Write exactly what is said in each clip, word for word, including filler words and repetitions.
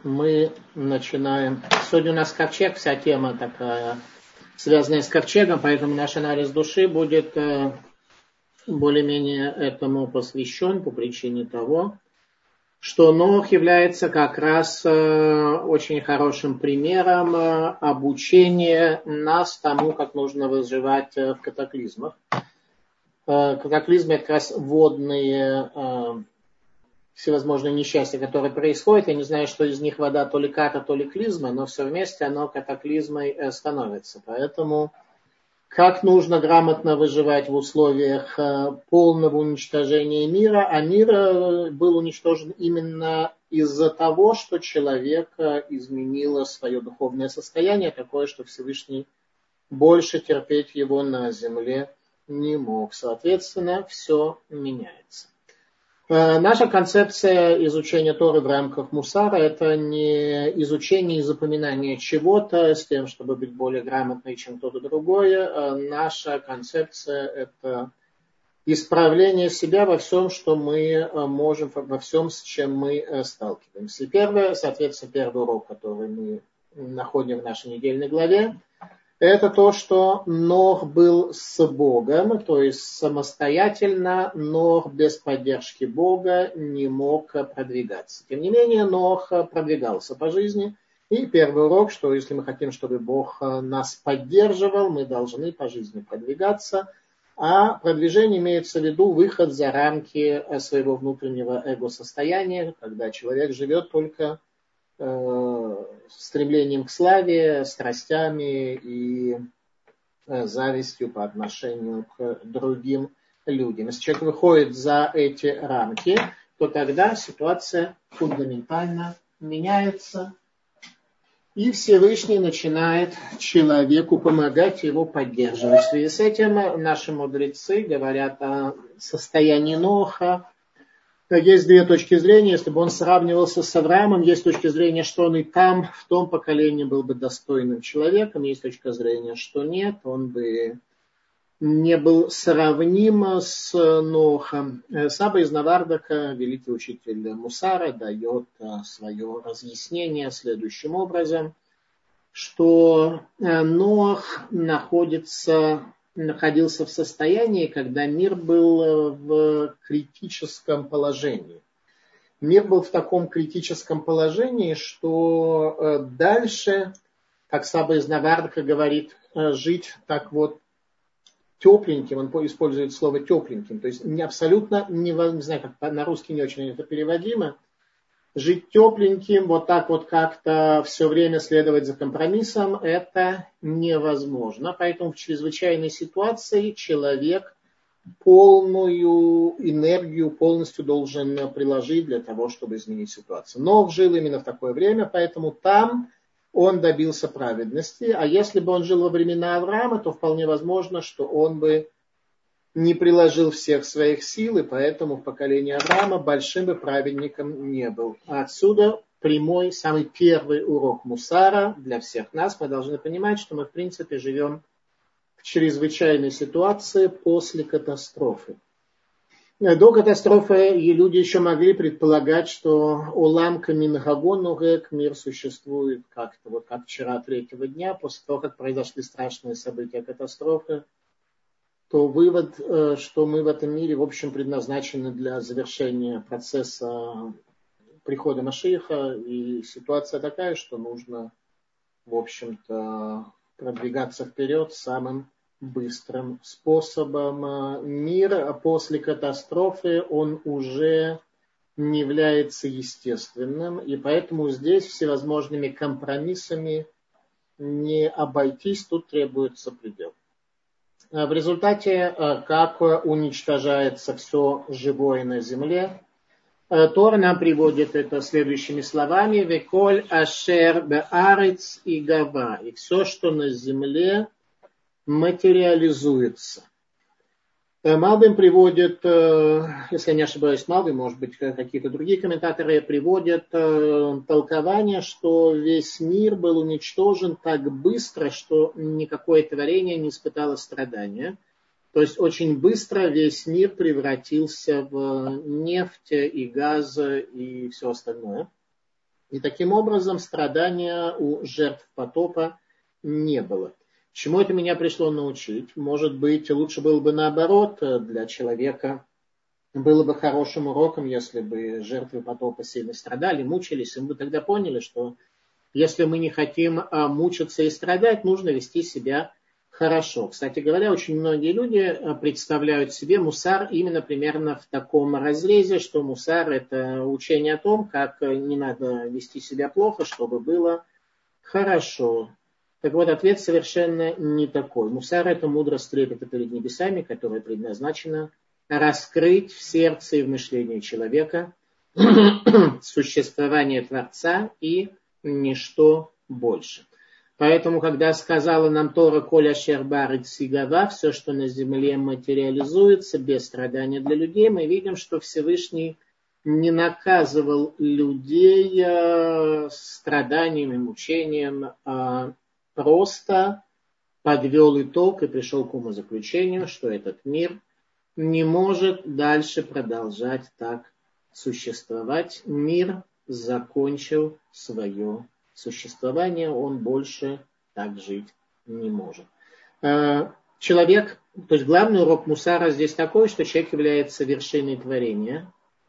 Мы начинаем. Сегодня у нас ковчег, вся тема такая, связанная с ковчегом, поэтому наш анализ души будет более-менее этому посвящен по причине того, что Нох является как раз очень хорошим примером обучения нас тому, как нужно выживать в катаклизмах. Катаклизмы – это как раз водные всевозможные несчастья, которые происходят. Я не знаю, что из них вода, то ли ката, то ли клизма, но все вместе оно катаклизмой становится. Поэтому как нужно грамотно выживать в условиях полного уничтожения мира, а мир был уничтожен именно из-за того, что человек изменил свое духовное состояние, такое, что Всевышний больше терпеть его на земле не мог. Соответственно, все меняется. Наша концепция изучения Торы в рамках Мусара – это не изучение и запоминание чего-то с тем, чтобы быть более грамотной, чем кто-то другое. Наша концепция – это исправление себя во всем, что мы можем, во всем, с чем мы сталкиваемся. И первое, соответственно, первый урок, который мы находим в нашей недельной главе, это то, что Нох был с Богом, то есть самостоятельно Нох без поддержки Бога не мог продвигаться. Тем не менее, Нох продвигался по жизни. И первый урок, что если мы хотим, чтобы Бог нас поддерживал, мы должны по жизни продвигаться. А продвижение имеется в виду выход за рамки своего внутреннего эго-состояния, когда человек живет только стремлением к славе, страстями и завистью по отношению к другим людям. Если человек выходит за эти рамки, то тогда ситуация фундаментально меняется, и Всевышний начинает человеку помогать, его поддерживать. В связи с этим наши мудрецы говорят о состоянии Ноха. Есть две точки зрения. Если бы он сравнивался с Авраамом, есть точка зрения, что он и там, в том поколении, был бы достойным человеком. Есть точка зрения, что нет, он бы не был сравним с Нохом. Саба из Навардака, великий учитель Мусара, дает свое разъяснение следующим образом, что Нох находится... находился в состоянии, когда мир был в критическом положении. Мир был в таком критическом положении, что дальше, как Саба из Навардака говорит, жить так вот тепленьким, он использует слово тепленьким, то есть не абсолютно, не, не знаю, как на русский не очень это переводимо, жить тепленьким, вот так вот как-то все время следовать за компромиссом, это невозможно. Поэтому в чрезвычайной ситуации человек полную энергию полностью должен приложить для того, чтобы изменить ситуацию. Нох жил именно в такое время, поэтому там он добился праведности. А если бы он жил во времена Авраама, то вполне возможно, что он бы не приложил всех своих сил, и поэтому в поколении Авраама большим бы праведником не был. А отсюда прямой, самый первый урок Мусара для всех нас. Мы должны понимать, что мы в принципе живем в чрезвычайной ситуации после катастрофы. До катастрофы люди еще могли предполагать, что Олам камин гагон мир существует как-то, вот как вчера, третьего дня, после того, как произошли страшные события катастрофы, то вывод, что мы в этом мире, в общем, предназначены для завершения процесса прихода Машиаха, и ситуация такая, что нужно, в общем-то, продвигаться вперед самым быстрым способом. Мир после катастрофы, он уже не является естественным, и поэтому здесь всевозможными компромиссами не обойтись, тут требуется предел. В результате, как уничтожается все живое на земле, Тора нам приводит это следующими словами: «Веколь ашер беарец и гава», и все, что на земле, материализуется. Малбим приводит, если я не ошибаюсь, Малбим, может быть, какие-то другие комментаторы приводят толкование, что весь мир был уничтожен так быстро, что никакое творение не испытало страдания. То есть очень быстро весь мир превратился в нефть и газ и все остальное. И таким образом страдания у жертв потопа не было. Чему это меня пришло научить? Может быть, лучше было бы наоборот для человека. Было бы хорошим уроком, если бы жертвы потопа сильно страдали, мучились. И мы бы тогда поняли, что если мы не хотим мучиться и страдать, нужно вести себя хорошо. Кстати говоря, очень многие люди представляют себе мусар именно примерно в таком разрезе, что мусар – это учение о том, как не надо вести себя плохо, чтобы было хорошо. Так вот, ответ совершенно не такой. Мусар – это мудрость трепета перед небесами, которая предназначена раскрыть в сердце и в мышлении человека существование Творца и ничто больше. Поэтому, когда сказала нам Тора «Коля шербарит сигава», все, что на земле материализуется без страдания для людей, мы видим, что Всевышний не наказывал людей страданием и мучением, а просто подвел итог и пришел к умозаключению, что этот мир не может дальше продолжать так существовать. Мир закончил свое существование, он больше так жить не может. Человек, то есть главный урок мусара здесь такой, что человек является вершиной творения.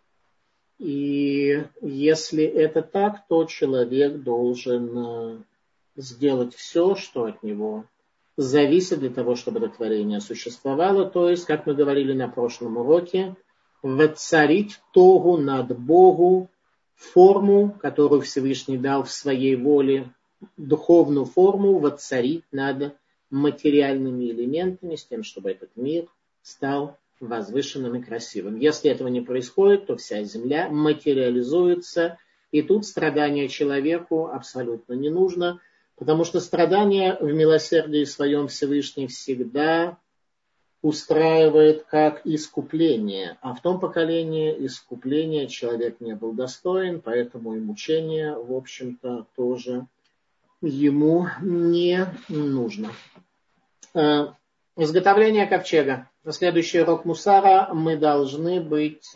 И если это так, то человек должен сделать все, что от него зависит для того, чтобы это творение существовало. То есть, как мы говорили на прошлом уроке, воцарить тогу над Богу, форму, которую Всевышний дал в своей воле, духовную форму воцарить над материальными элементами, с тем, чтобы этот мир стал возвышенным и красивым. Если этого не происходит, то вся земля материализуется, и тут страдания человеку абсолютно не нужно, потому что страдания в милосердии своем Всевышний всегда устраивает как искупление. А в том поколении искупления человек не был достоин, поэтому и мучение, в общем-то, тоже ему не нужно. Изготовление ковчега. На следующий урок мусара мы должны быть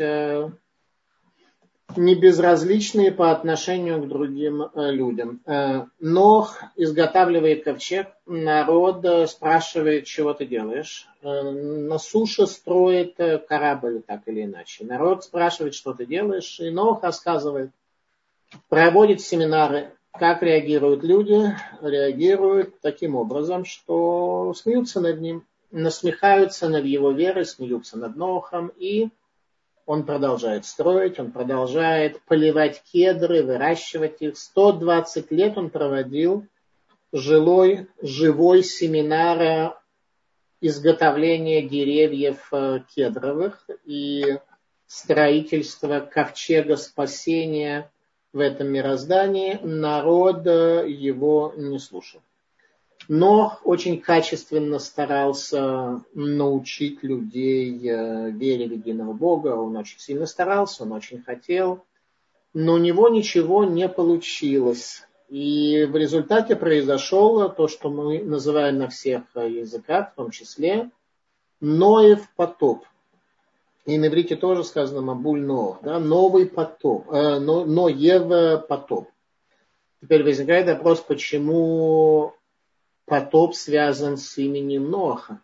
не безразличные по отношению к другим людям. Нох изготавливает ковчег, народ спрашивает, чего ты делаешь. На суше строит корабль, так или иначе. Народ спрашивает, что ты делаешь, и Нох рассказывает, проводит семинары. Как реагируют люди? Реагируют таким образом, что смеются над ним, насмехаются над его верой, смеются над Нохом, и он продолжает строить, он продолжает поливать кедры, выращивать их. сто двадцать лет он проводил жилой, живой семинар изготовления деревьев кедровых и строительства ковчега спасения в этом мироздании. Народ его не слушал. Нох очень качественно старался научить людей вере в единого Бога. Он очень сильно старался, он очень хотел. Но у него ничего не получилось. И в результате произошло то, что мы называем на всех языках, в том числе Ноев потоп. И на иврите тоже сказано Мабуль Ноах, да, новый потоп, э, Ноев потоп. Теперь возникает вопрос, почему потоп связан с именем Ноаха.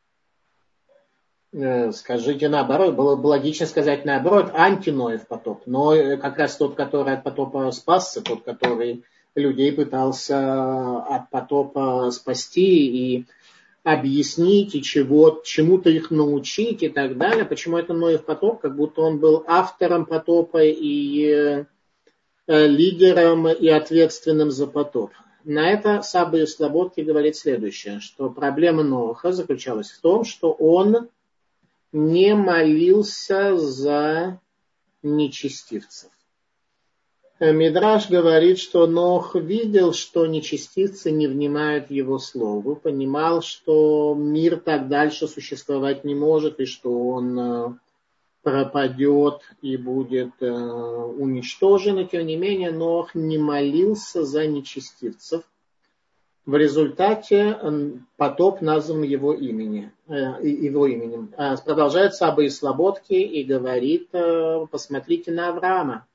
Скажите наоборот, было бы логично сказать наоборот, антиноев потоп. Но как раз тот, который от потопа спасся, тот, который людей пытался от потопа спасти и объяснить, и чего, чему-то их научить и так далее. Почему это Ноев потоп? Как будто он был автором потопа и лидером и ответственным за потоп. На это Саба из Слободки говорит следующее, что проблема Ноаха заключалась в том, что он не молился за нечестивцев. Мидраш говорит, что Ноах видел, что нечестивцы не внимают его слову, понимал, что мир так дальше существовать не может, и что он пропадет и будет э, уничтожен, и тем не менее Ноах не молился за нечестивцев. В результате потоп назван его, имени, э, его именем. Продолжает Саба из Слободки и говорит, э, посмотрите на Авраама.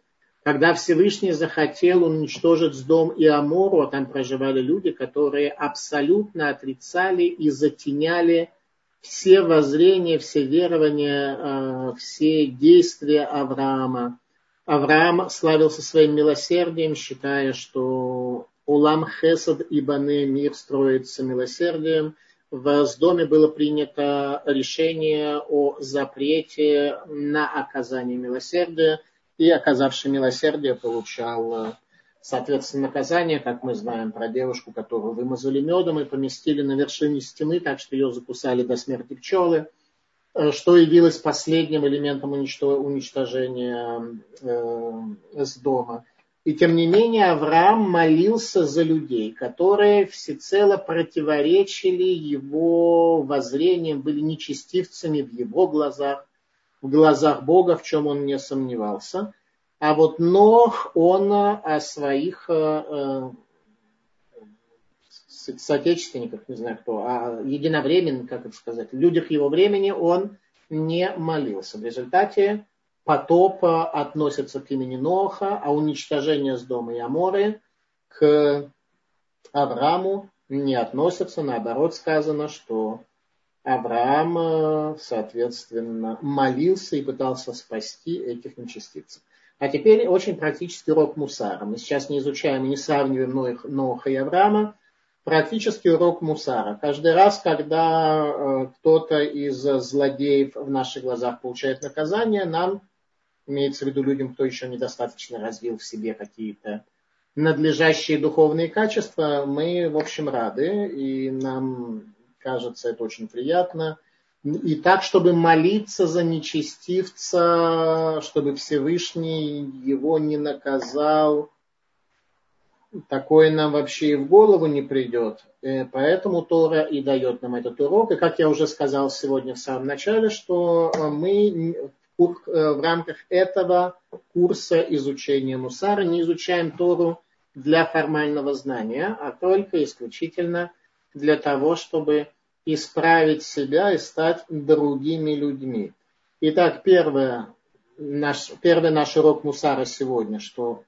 Когда Всевышний захотел уничтожить Сдом и Амору, а там проживали люди, которые абсолютно отрицали и затеняли все воззрения, все верования, все действия Авраама. Авраам славился своим милосердием, считая, что Улам Хесад и Бане, мир строится милосердием. В Сдоме было принято решение о запрете на оказание милосердия, и оказавший милосердие получал, соответственно, наказание, как мы знаем про девушку, которую вымазали медом и поместили на вершине стены, так что ее закусали до смерти пчелы, что явилось последним элементом уничтожения Сдома. И тем не менее Авраам молился за людей, которые всецело противоречили его воззрениям, были нечестивцами в его глазах, в глазах Бога, в чем он не сомневался. А вот Нох, он о своих э, соотечественниках, не знаю кто, а единовременно, как это сказать, людях его времени он не молился. В результате потоп относится к имени Ноха, а уничтожение Сдома и Аморы к Аврааму не относится. Наоборот, сказано, что Авраам, соответственно, молился и пытался спасти этих нечестивцев. А теперь очень практический урок мусара. Мы сейчас не изучаем и не сравниваем Ноха и Авраама. Практический урок мусара. Каждый раз, когда кто-то из злодеев в наших глазах получает наказание, нам, имеется в виду людям, кто еще недостаточно развил в себе какие-то надлежащие духовные качества, мы, в общем, рады, и нам кажется это очень приятно. И так, чтобы молиться за нечестивца, чтобы Всевышний его не наказал, такое нам вообще и в голову не придет. Поэтому Тора и дает нам этот урок. И как я уже сказал сегодня в самом начале, что мы в рамках этого курса изучения мусара не изучаем Тору для формального знания, а только исключительно для того, чтобы исправить себя и стать другими людьми. Итак, первое, наш, первый наш урок мусара сегодня, что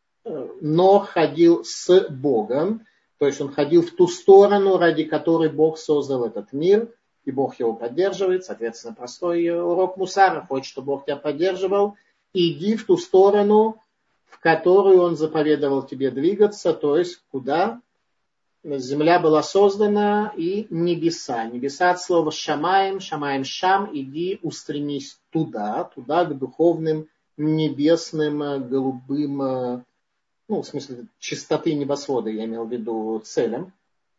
Нох ходил с Богом, то есть он ходил в ту сторону, ради которой Бог создал этот мир, и Бог его поддерживает. Соответственно, простой урок мусара. Хочешь, чтобы Бог тебя поддерживал, иди в ту сторону, в которую он заповедовал тебе двигаться, то есть куда? Земля была создана и небеса. Небеса от слова шамаем, шамаем шам, иди устремись туда, туда к духовным, небесным, голубым, ну, в смысле чистоты небосвода, я имел в виду целям.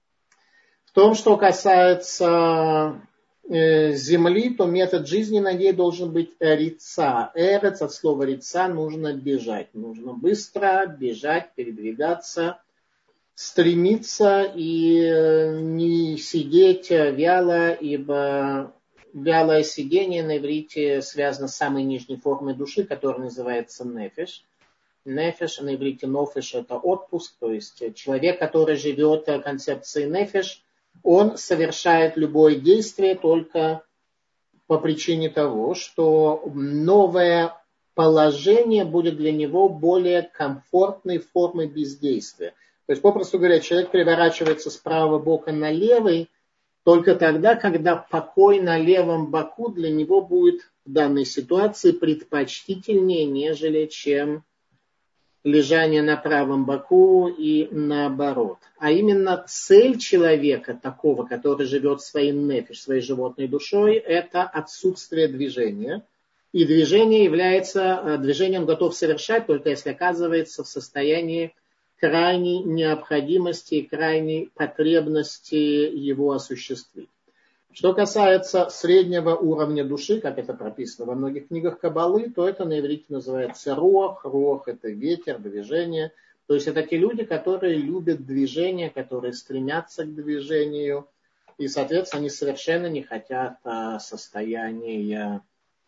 В том, что касается э, земли, то метод жизни на ней должен быть рица. Эрец от слова рица нужно бежать. Нужно быстро бежать, передвигаться, стремиться и не сидеть вяло, ибо вялое сидение на иврите связано с самой нижней формой души, которая называется нефеш. Нефеш, на иврите нофеш, это отпуск, то есть человек, который живет концепцией нефеш, он совершает любое действие только по причине того, что новое положение будет для него более комфортной формой бездействия. То есть, попросту говоря, человек переворачивается с правого бока на левый только тогда, когда покой на левом боку для него будет в данной ситуации предпочтительнее, нежели чем лежание на правом боку и наоборот. А именно цель человека, такого, который живет своим нефиш, своей животной душой, это отсутствие движения. И движение является, движением готов совершать, только если оказывается в состоянии крайней необходимости и крайней потребности его осуществить. Что касается среднего уровня души, как это прописано во многих книгах Каббалы, то это на иврите называется руах. Руах – это ветер, движение. То есть это те люди, которые любят движение, которые стремятся к движению. И, соответственно, они совершенно не хотят состояния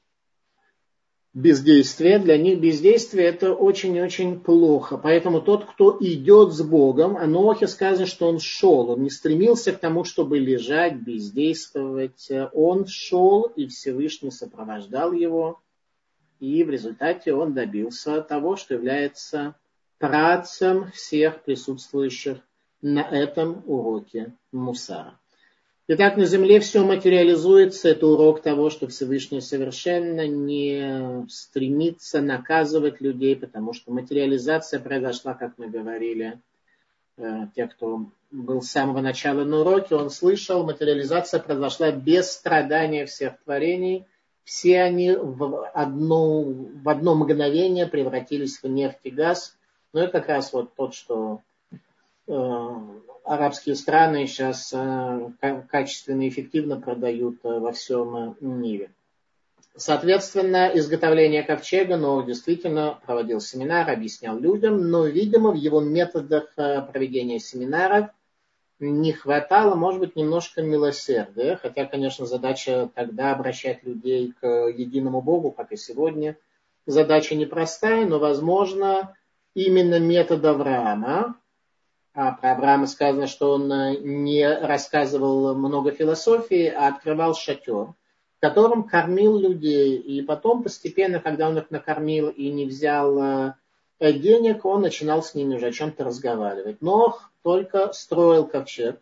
бездействия. Для них бездействие – это очень-очень плохо. Поэтому тот, кто идет с Богом, о Ноахе сказано, что он шел. Он не стремился к тому, чтобы лежать, бездействовать. Он шел, и Всевышний сопровождал его. И в результате он добился того, что является праотцем всех присутствующих на этом уроке мусара. Итак, на земле все материализуется. Это урок того, что Всевышний совершенно не стремится наказывать людей, потому что материализация произошла, как мы говорили, те, кто был с самого начала на уроке, он слышал, материализация произошла без страдания всех творений. Все они в одно, в одно мгновение превратились в нефть и газ. Но это как раз вот тот, что э, арабские страны сейчас э, качественно и эффективно продают э, во всем мире. Соответственно, изготовление ковчега, но действительно проводил семинар, объяснял людям, но, видимо, в его методах э, проведения семинаров не хватало, может быть, немножко милосердия, хотя, конечно, задача тогда обращать людей к единому Богу, как и сегодня, задача непростая, но, возможно, именно метод Авраама, а про Авраама сказано, что он не рассказывал много философии, а открывал шатер, в котором кормил людей, и потом постепенно, когда он их накормил и не взял денег, он начинал с ними уже о чем-то разговаривать. Нох только строил ковчег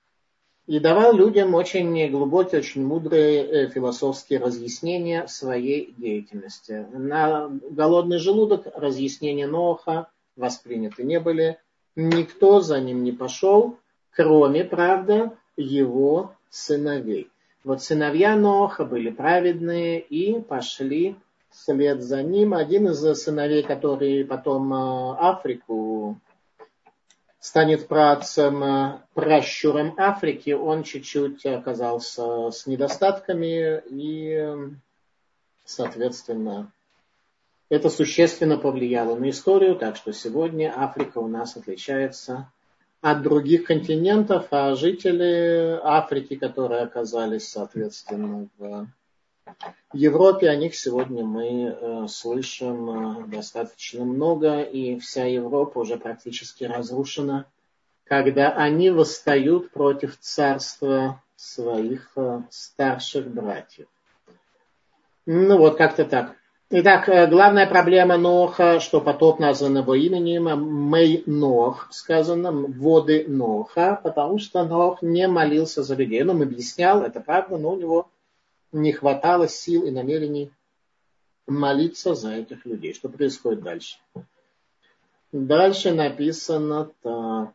и давал людям очень глубокие, очень мудрые философские разъяснения своей деятельности. На голодный желудок разъяснения Ноха восприняты не были. Никто за ним не пошел, кроме, правда, его сыновей. Вот сыновья Ноха были праведные и пошли вслед за ним. Один из сыновей, который потом Африку станет праотцем, пращуром Африки, он чуть-чуть оказался с недостатками и, соответственно, это существенно повлияло на историю, так что сегодня Африка у нас отличается от других континентов, а жители Африки, которые оказались, соответственно, в Европе, о них сегодня мы э, слышим э, достаточно много, и вся Европа уже практически разрушена, когда они восстают против царства своих э, старших братьев. Ну вот, как-то так. Итак, главная проблема Ноха, что потоп назван его именем, Мей Нох, сказано, воды Ноха, потому что Нох не молился за людей. Он им объяснял, это правда, но у него не хватало сил и намерений молиться за этих людей. Что происходит дальше? Дальше написано так.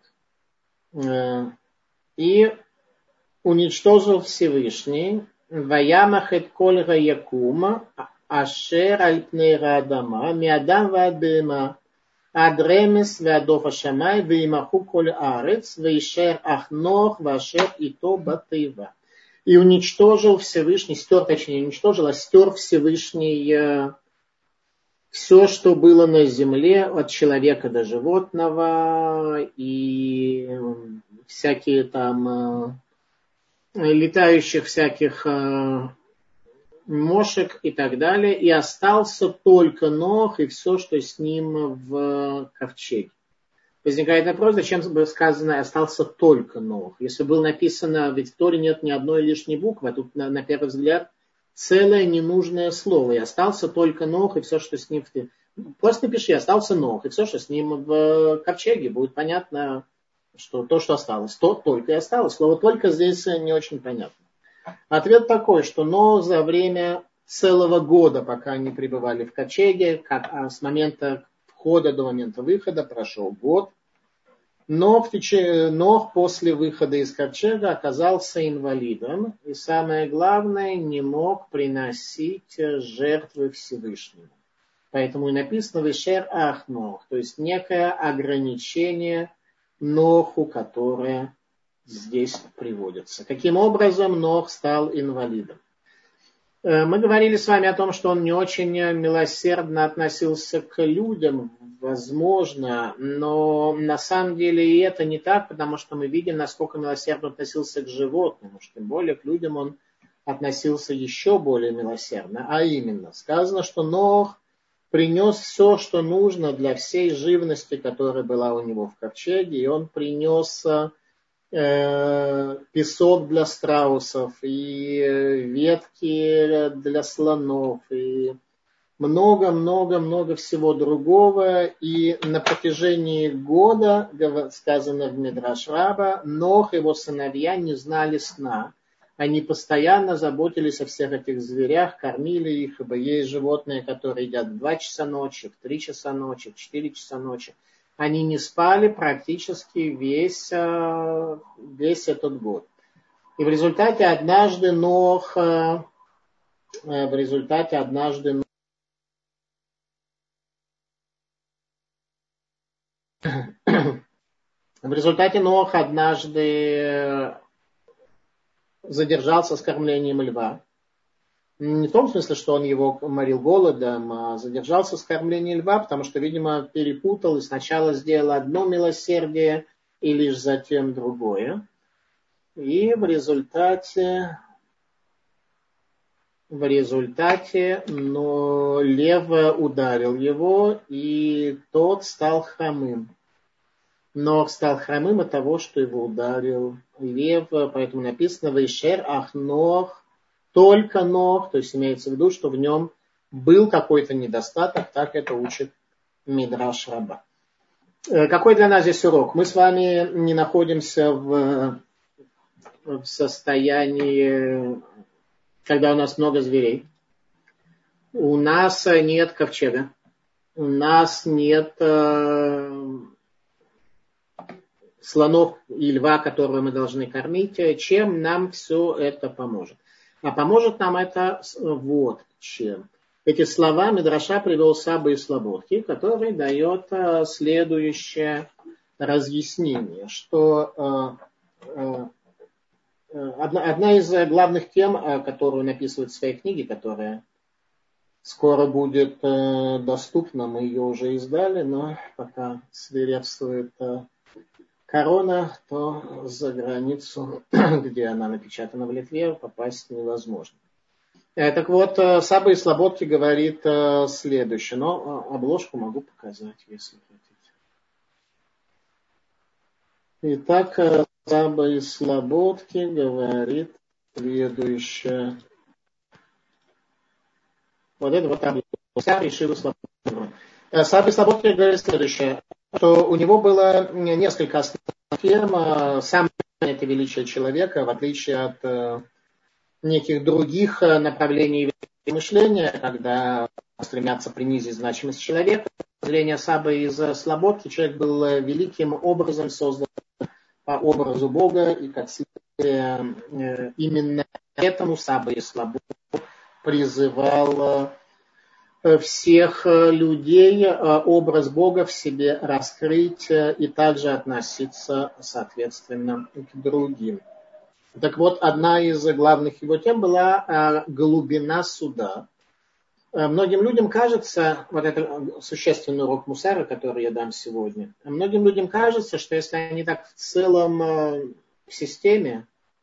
И уничтожил Всевышний Ваямах эт коль гаякума Ашер аль-пней раадама, миадам ваад бема, ад ремес ваадов ашамай, ваимаху коль арец, ваишер ахнох, вашер ито батыва. И уничтожил Всевышний, стер, точнее, уничтожил, а стер Всевышний э, все, что было на земле, от человека до животного, и всякие там э, летающих всяких э, мошек и так далее, и остался только Нох и все, что с ним в ковчеге. Возникает вопрос, зачем было сказано остался только Нох? Если было написано, ведь в Торе нет ни одной лишней буквы, а тут на, на первый взгляд целое ненужное слово. И остался только Нох и все, что с ним в... Просто напиши, остался Нох и все, что с ним в ковчеге. Будет понятно, что то, что осталось, то только и осталось. Слово только здесь не очень понятно. Ответ такой, что но за время целого года, пока они пребывали в ковчеге, как, а с момента входа до момента выхода прошел год, но, в течение, но после выхода из ковчега оказался инвалидом и, самое главное, не мог приносить жертвы Всевышнему. Поэтому и написано «Вишер ах Нох», то есть некое ограничение Ноху, которое здесь приводится. Каким образом Нох стал инвалидом? Мы говорили с вами о том, что он не очень милосердно относился к людям, возможно, но на самом деле и это не так, потому что мы видим, насколько милосердно относился к животным, уж тем более к людям он относился еще более милосердно. А именно, сказано, что Нох принес все, что нужно для всей живности, которая была у него в ковчеге, и он принес песок для страусов, и ветки для слонов, и много-много-много всего другого. И на протяжении года, сказано в Мидраш Раба, Нох и его сыновья не знали сна. Они постоянно заботились о всех этих зверях, кормили их, ибо есть животные, которые едят в два часа ночи, в три часа ночи, в четыре часа ночи. Они не спали практически весь, весь этот год. И в результате однажды Нох, в результате однажды в результате Нох однажды задержался с кормлением льва. Не в том смысле, что он его морил голодом, а задержался с кормлением льва, потому что, видимо, перепутал и сначала сделал одно милосердие и лишь затем другое. И в результате, в результате но лев ударил его, и тот стал хромым. Нох стал хромым от того, что его ударил лев, поэтому написано «Вейшер ах Нох», только Нох, то есть имеется в виду, что в нем был какой-то недостаток, так это учит Мидраш Раба. Какой для нас здесь урок? Мы с вами не находимся в, в состоянии, когда у нас много зверей. У нас нет ковчега, у нас нет слонов и льва, которые мы должны кормить. Чем нам все это поможет? А поможет нам это вот чем. Эти слова Мидраша привел Саба из Слободки, который дает следующее разъяснение, что одна, одна из главных тем, которую он описывает в своей книге, которая скоро будет доступна, мы ее уже издали, но пока свирепствует корона, то за границу, где она напечатана в Литве, попасть невозможно. Так вот, Саба из Слободки говорит следующее, но обложку могу показать, если хотите. Итак, Саба из Слободки говорит следующее. Вот это вот таблица. Саба решила Слободки. Саба из Слободки говорит следующее, что у него было несколько основных ферм, самое это величие человека, в отличие от неких других направлений мышления, когда стремятся принизить значимость человека. С зрения Сабы из Слободки человек был великим образом создан по образу Бога, и как следствие именно этому Саба из Слободки призывал всех людей образ Бога в себе раскрыть и также относиться соответственно к другим. Так вот, одна из главных его тем была глубина суда. Многим людям кажется, вот это существенный урок мусара, который я дам сегодня, многим людям кажется, что если они так в целом в системе,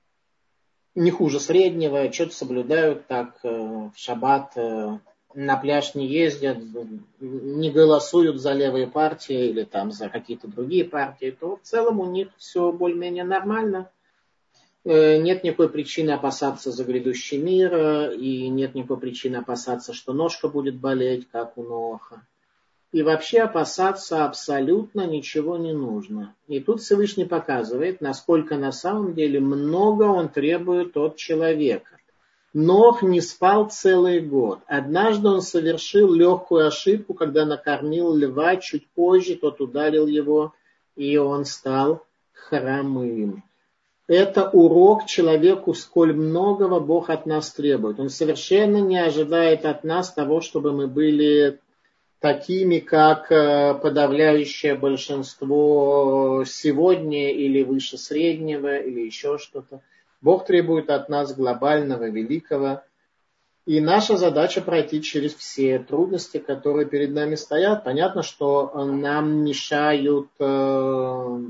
не хуже среднего, что-то соблюдают так в шаббат, на пляж не ездят, не голосуют за левые партии или там за какие-то другие партии, то в целом у них все более-менее нормально. Нет никакой причины опасаться за грядущий мир, и нет никакой причины опасаться, что ножка будет болеть, как у Ноха. И вообще опасаться абсолютно ничего не нужно. И тут Всевышний показывает, насколько на самом деле много он требует от человека. Нох не спал целый год. Однажды он совершил легкую ошибку, когда накормил льва, чуть позже тот ударил его, и он стал хромым. Это урок человеку, сколь многого Бог от нас требует. Он совершенно не ожидает от нас того, чтобы мы были такими, как подавляющее большинство сегодня, или выше среднего, или еще что-то. Бог требует от нас глобального, великого. И наша задача пройти через все трудности, которые перед нами стоят. Понятно, что нам мешают, в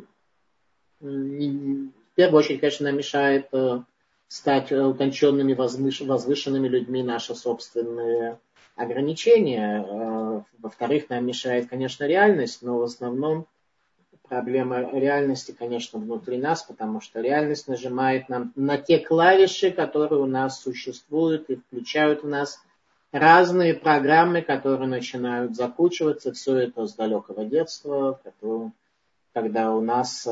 первую очередь, конечно, нам мешает стать утонченными, возвышенными людьми наши собственные ограничения. Во-вторых, нам мешает, конечно, реальность, но в основном проблема реальности, конечно, внутри нас, потому что реальность нажимает нам на те клавиши, которые у нас существуют и включают в нас разные программы, которые начинают закручиваться, все это с далекого детства, когда у нас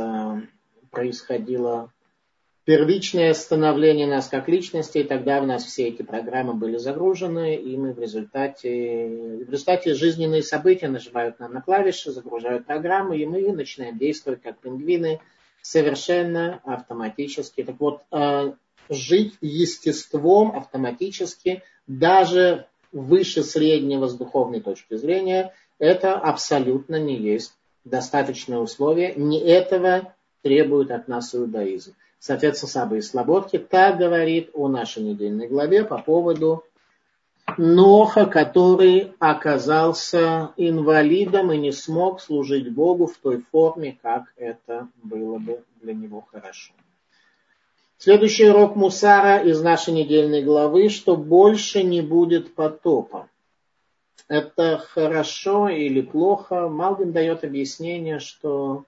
происходило первичное становление нас как личности, и тогда в нас все эти программы были загружены, и мы в результате, в результате жизненные события нажимают нам на клавиши, загружают программу, и мы начинаем действовать как пингвины совершенно автоматически. Так вот, жить естеством автоматически, даже выше среднего с духовной точки зрения, это абсолютно не есть достаточное условие. Не этого требует от нас иудаизм. Соответственно, Саба из Слободки так говорит о нашей недельной главе по поводу Ноха, который оказался инвалидом и не смог служить Богу в той форме, как это было бы для него хорошо. Следующий урок Мусара из нашей недельной главы, что больше не будет потопа. Это хорошо или плохо? Малбим дает объяснение, что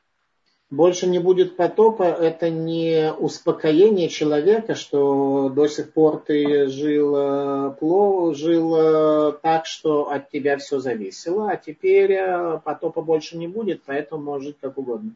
больше не будет потопа, это не успокоение человека, что до сих пор ты жил, плохо, жил так, что от тебя все зависело, а теперь потопа больше не будет, поэтому можешь жить как угодно.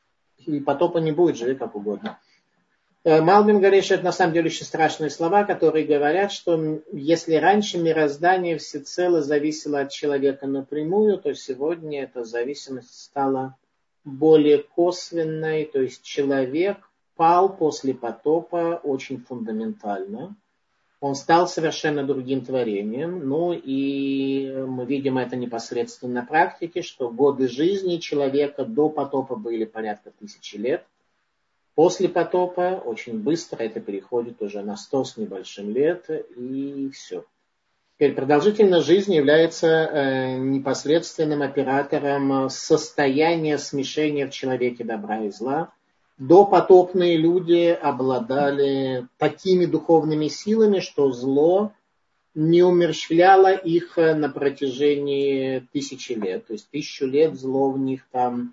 И потопа не будет, живи как угодно. Малбим говорит, что это на самом деле очень страшные слова, которые говорят, что если раньше мироздание всецело зависело от человека напрямую, то сегодня эта зависимость стала более косвенной, то есть человек пал после потопа очень фундаментально. Он стал совершенно другим творением. Ну и мы видим это непосредственно на практике, что годы жизни человека до потопа были порядка тысячи лет. После потопа очень быстро это переходит уже на сто с небольшим лет, и все. Теперь продолжительность жизни является э, непосредственным оператором состояния смешения в человеке добра и зла. Допотопные люди обладали такими духовными силами, что зло не умерщвляло их на протяжении тысячи лет. То есть тысячу лет зло в них там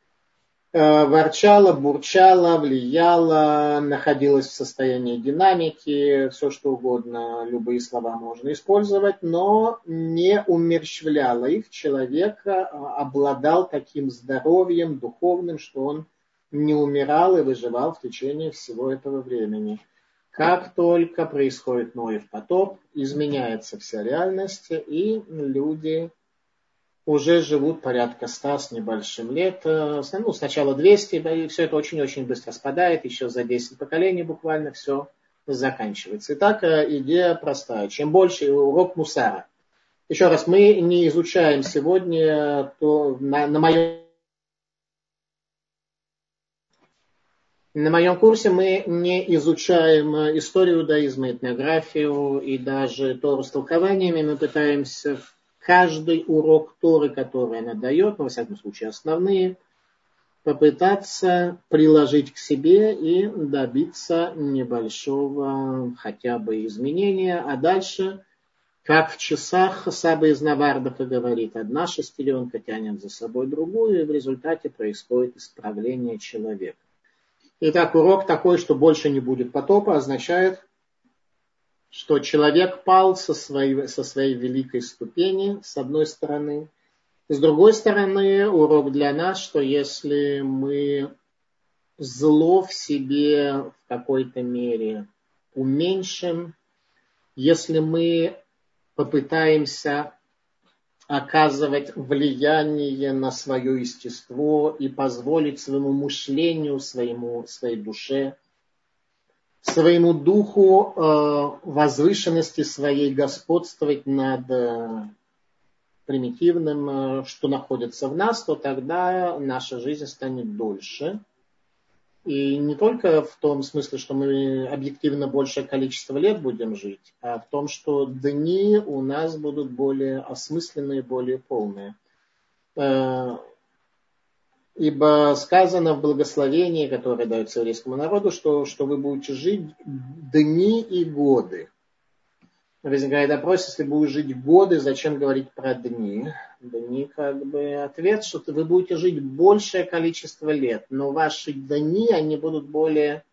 ворчала, бурчала, влияла, находилась в состоянии динамики, все что угодно, любые слова можно использовать, но не умерщвляла их. Человек обладал таким здоровьем духовным, что он не умирал и выживал в течение всего этого времени. Как только происходит Ноев потоп, изменяется вся реальность, и люди уже живут порядка ста с небольшим лет. Ну, сначала двести, и все это очень-очень быстро спадает. Еще за десять поколений буквально все заканчивается. Итак, идея простая. Чем больше урок Мусара. Еще раз, мы не изучаем сегодня то, на, на моем На моем курсе мы не изучаем историю иудаизма, этнографию и даже Тору с толкованиями. Мы пытаемся каждый урок Торы, который она дает, но, во всяком случае, основные, попытаться приложить к себе и добиться небольшого хотя бы изменения. А дальше, как в часах, Саба из Навардака говорит, одна шестеренка тянет за собой другую, и в результате происходит исправление человека. Итак, урок такой, что больше не будет потопа, означает, что человек пал со своей, со своей великой ступени, с одной стороны. С другой стороны, урок для нас, что если мы зло в себе в какой-то мере уменьшим, если мы попытаемся оказывать влияние на свое естество и позволить своему мышлению, своему, своей душе, своему духу э, возвышенности своей господствовать над э, примитивным, э, что находится в нас, то тогда наша жизнь станет дольше. И не только в том смысле, что мы объективно большее количество лет будем жить, а в том, что дни у нас будут более осмысленные, более полные. Э, Ибо сказано в благословении, которое дается еврейскому народу, что, что вы будете жить дни и годы. Возникает вопрос, если будешь жить годы, зачем говорить про дни? Дни, как бы, ответ, что вы будете жить большее количество лет, но ваши дни, они будут более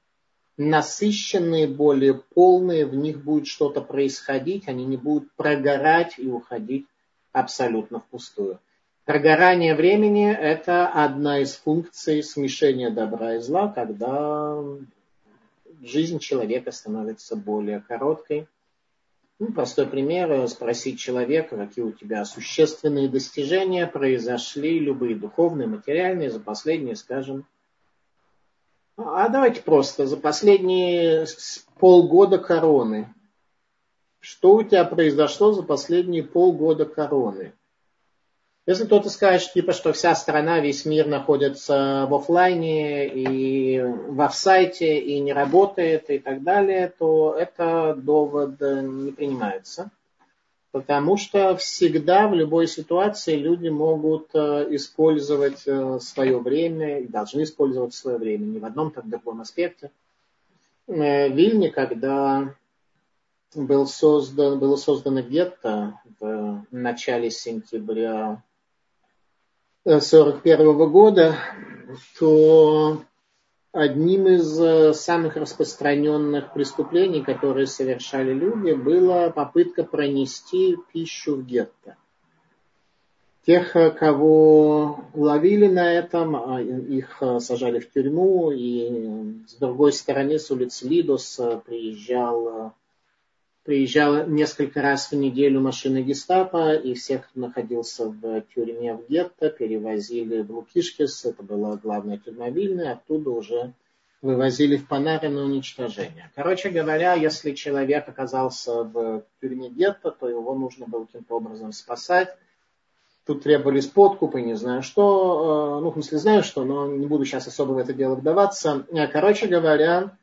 насыщенные, более полные, в них будет что-то происходить, они не будут прогорать и уходить абсолютно впустую. Прогорание времени – это одна из функций смешения добра и зла, когда жизнь человека становится более короткой. Ну, простой пример – спросить человека, какие у тебя существенные достижения произошли, любые духовные, материальные, за последние, скажем, а давайте просто, за последние полгода короны. Что у тебя произошло за последние полгода короны? Если кто-то скажет, типа, что вся страна, весь мир находится в офлайне и в офсайте и не работает и так далее, то это довод не принимается. Потому что всегда в любой ситуации люди могут использовать свое время и должны использовать свое время не в одном, так в другом аспекте. В Вильне, когда был создан, было создано гетто в начале сентября сорок первого года, то одним из самых распространенных преступлений, которые совершали люди, была попытка пронести пищу в гетто. Тех, кого ловили на этом, их сажали в тюрьму, и с другой стороны, с улицы Лидос приезжал Приезжала несколько раз в неделю машина гестапо, и всех, кто находился в тюрьме в гетто, перевозили в Лукишкис, это была главная тюрьма Вильны, оттуда уже вывозили в Панаре на уничтожение. Короче говоря, если человек оказался в тюрьме гетто, то его нужно было каким-то образом спасать. Тут требовались подкупы, не знаю что, ну, в смысле, знаю что, но не буду сейчас особо в это дело вдаваться. Короче говоря,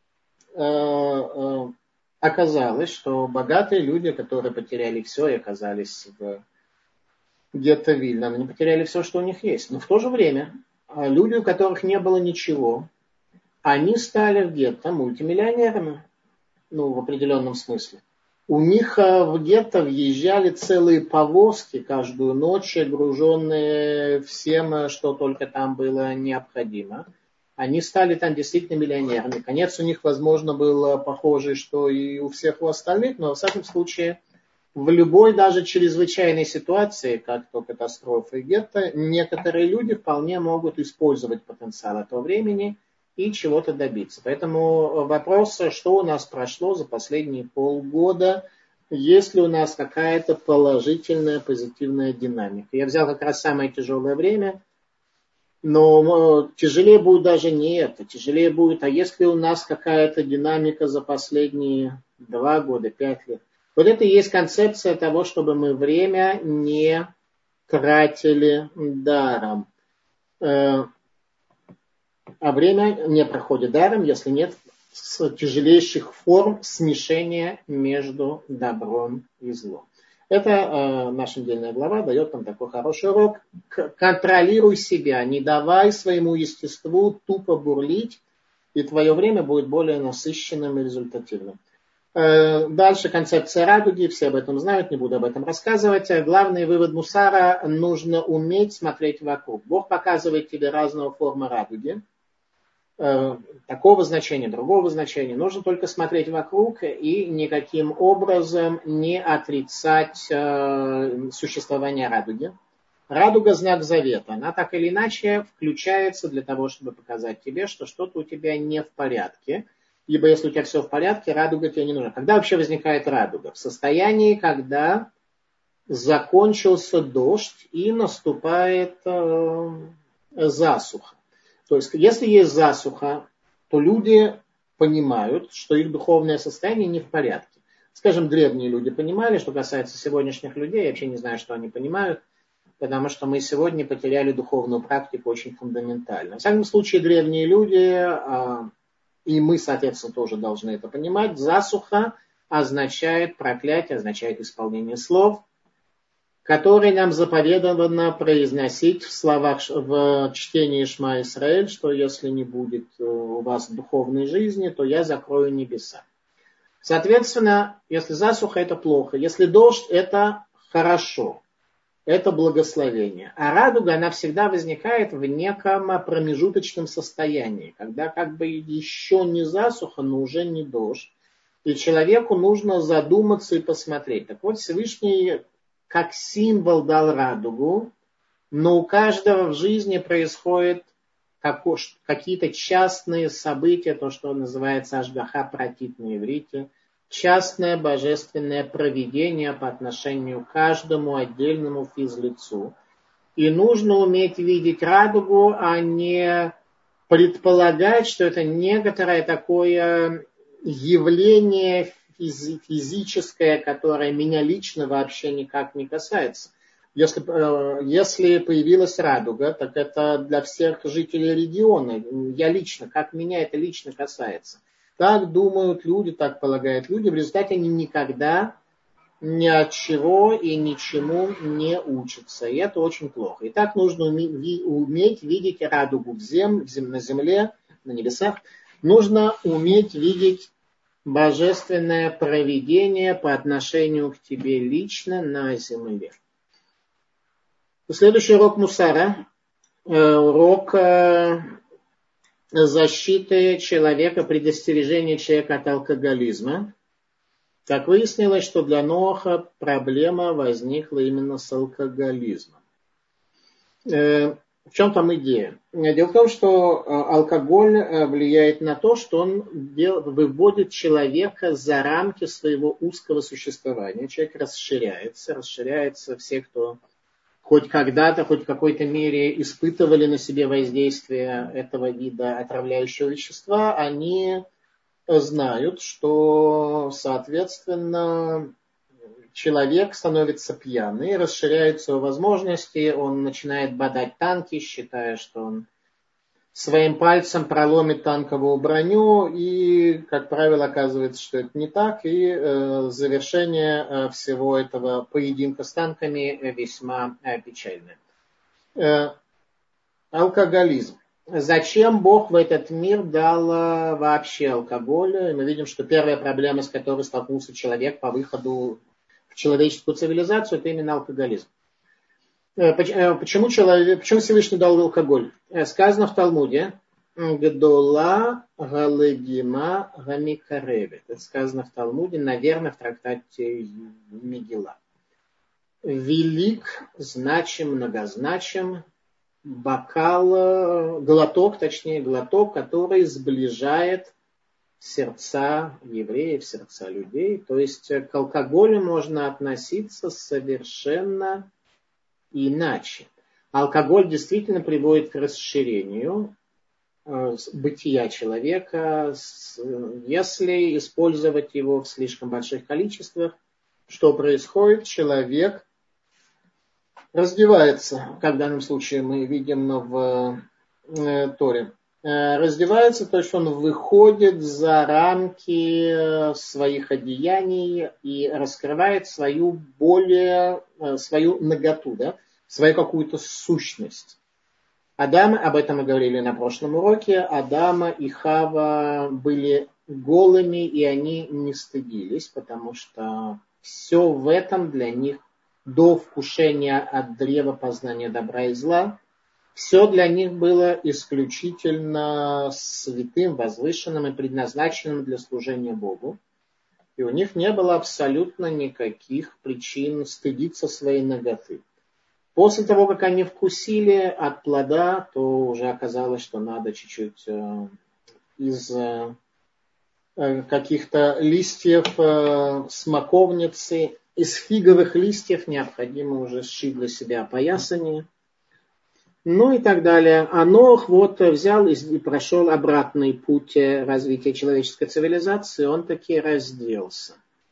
оказалось, что богатые люди, которые потеряли все и оказались в гетто Вильна, они потеряли все, что у них есть. Но в то же время люди, у которых не было ничего, они стали в гетто мультимиллионерами, ну, в определенном смысле. У них в гетто въезжали целые повозки каждую ночь, груженные всем, что только там было необходимо. Они стали там действительно миллионерами. Конец у них, возможно, был похожий, что и у всех у остальных, но, во всяком случае, в любой даже чрезвычайной ситуации, как то катастрофа и гетто, некоторые люди вполне могут использовать потенциал этого времени и чего-то добиться. Поэтому вопрос, что у нас прошло за последние полгода, есть ли у нас какая-то положительная, позитивная динамика. Я взял как раз самое тяжелое время, но тяжелее будет даже не это. Тяжелее будет, а если у нас какая-то динамика за последние два года, пять лет. Вот это и есть концепция того, чтобы мы время не тратили даром. А время не проходит даром, если нет тяжелейших форм смешения между добром и злом. Это э, наша недельная глава дает нам такой хороший урок. К- контролируй себя, не давай своему естеству тупо бурлить, и твое время будет более насыщенным и результативным. Э, дальше концепция радуги, все об этом знают, не буду об этом рассказывать. Главный вывод мусара: нужно уметь смотреть вокруг. Бог показывает тебе разного формы радуги. Такого значения, другого значения. Нужно только смотреть вокруг и никаким образом не отрицать существование радуги. Радуга – знак завета. Она так или иначе включается для того, чтобы показать тебе, что что-то у тебя не в порядке. Ибо если у тебя все в порядке, радуга тебе не нужна. Когда вообще возникает радуга? В состоянии, когда закончился дождь и наступает засуха. То есть, если есть засуха, то люди понимают, что их духовное состояние не в порядке. Скажем, древние люди понимали, что касается сегодняшних людей, я вообще не знаю, что они понимают, потому что мы сегодня потеряли духовную практику очень фундаментально. В всяком случае, древние люди, и мы, соответственно, тоже должны это понимать, засуха означает проклятие, означает исполнение слов, который нам заповедано произносить в словах, в чтении Шма Исраэль, что если не будет у вас духовной жизни, то я закрою небеса. Соответственно, если засуха, это плохо. Если дождь, это хорошо. это благословение. А радуга, она всегда возникает в неком промежуточном состоянии, когда как бы еще не засуха, но уже не дождь. И человеку нужно задуматься и посмотреть. Так вот, Всевышний как символ дал радугу, но у каждого в жизни происходят какие-то частные события, то, что называется ашгаха пратит на иврите, частное божественное провидение по отношению к каждому отдельному физлицу. И нужно уметь видеть радугу, а не предполагать, что это некоторое такое явление физическое, которое меня лично вообще никак не касается. Если, если появилась радуга, так это для всех жителей региона. Я лично, как меня это лично касается. Так думают люди, так полагают люди. В результате они никогда ни от чего и ничему не учатся. И это очень плохо. И так нужно уметь видеть радугу в зем, на земле, на небесах. Нужно уметь видеть божественное провидение по отношению к тебе лично на земле. Следующий урок мусара. Урок защиты человека, предостережения человека от алкоголизма. Как выяснилось, что для Ноаха проблема возникла именно с алкоголизмом. В чем там идея? Дело в том, что алкоголь влияет на то, что он выводит человека за рамки своего узкого существования. Человек расширяется, расширяется. Все, кто хоть когда-то, хоть в какой-то мере испытывали на себе воздействие этого вида отравляющего вещества, они знают, что, соответственно, человек становится пьяный, расширяются его возможности, он начинает бодать танки, считая, что он своим пальцем проломит танковую броню, и, как правило, оказывается, что это не так, и э, завершение э, всего этого поединка с танками весьма э, печальное. Э, алкоголизм. Зачем Бог в этот мир дал э, вообще алкоголь? И мы видим, что первая проблема, с которой столкнулся человек по выходу в человеческую цивилизацию, это именно алкоголизм. Почему, человек, почему Всевышний дал алкоголь? Сказано в Талмуде: «Гдола галегима гамикаревет». Это сказано в Талмуде, наверное, в трактате Мегила. Велик, значим, многозначим, бокал, глоток, точнее глоток, который сближает сердца евреев, сердца людей. То есть к алкоголю можно относиться совершенно иначе. Алкоголь действительно приводит к расширению э, бытия человека. С, если использовать его в слишком больших количествах, что происходит? Человек раздевается, как в данном случае мы видим в э, Торе. Э, раздевается, то есть он выходит за рамки своих одеяний и раскрывает свою более, э, свою наготу, да? Свою какую-то сущность. Адам, об этом мы говорили на прошлом уроке, Адама и Хава были голыми, и они не стыдились, потому что все в этом для них до вкушения от древа познания добра и зла, все для них было исключительно святым, возвышенным и предназначенным для служения Богу. И у них не было абсолютно никаких причин стыдиться своей наготы. После того, как они вкусили от плода, то уже оказалось, что надо чуть-чуть э, из э, каких-то листьев э, смоковницы, из фиговых листьев необходимо уже сшить для себя опоясание. Ну и так далее. А Ноах вот взял и прошел обратный путь развития человеческой цивилизации, он таки разделся.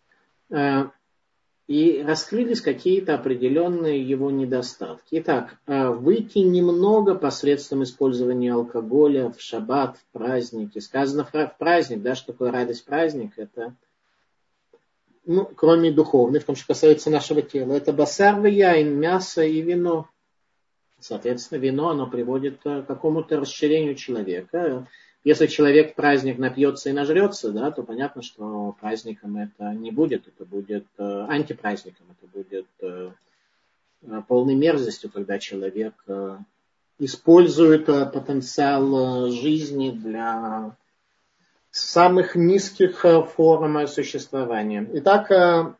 И раскрылись какие-то определенные его недостатки. Итак, выйти немного посредством использования алкоголя в шаббат, в праздники. Сказано в праздник, да, что такое радость праздник, это, ну, кроме духовной, в том, что касается нашего тела, это басар яин, мясо и вино. Соответственно, вино, оно приводит к какому-то расширению человека. Если человек в праздник напьется и нажрется, да, то понятно, что праздником это не будет, это будет антипраздником, это будет полной мерзостью, когда человек использует потенциал жизни для самых низких форм существования. Итак,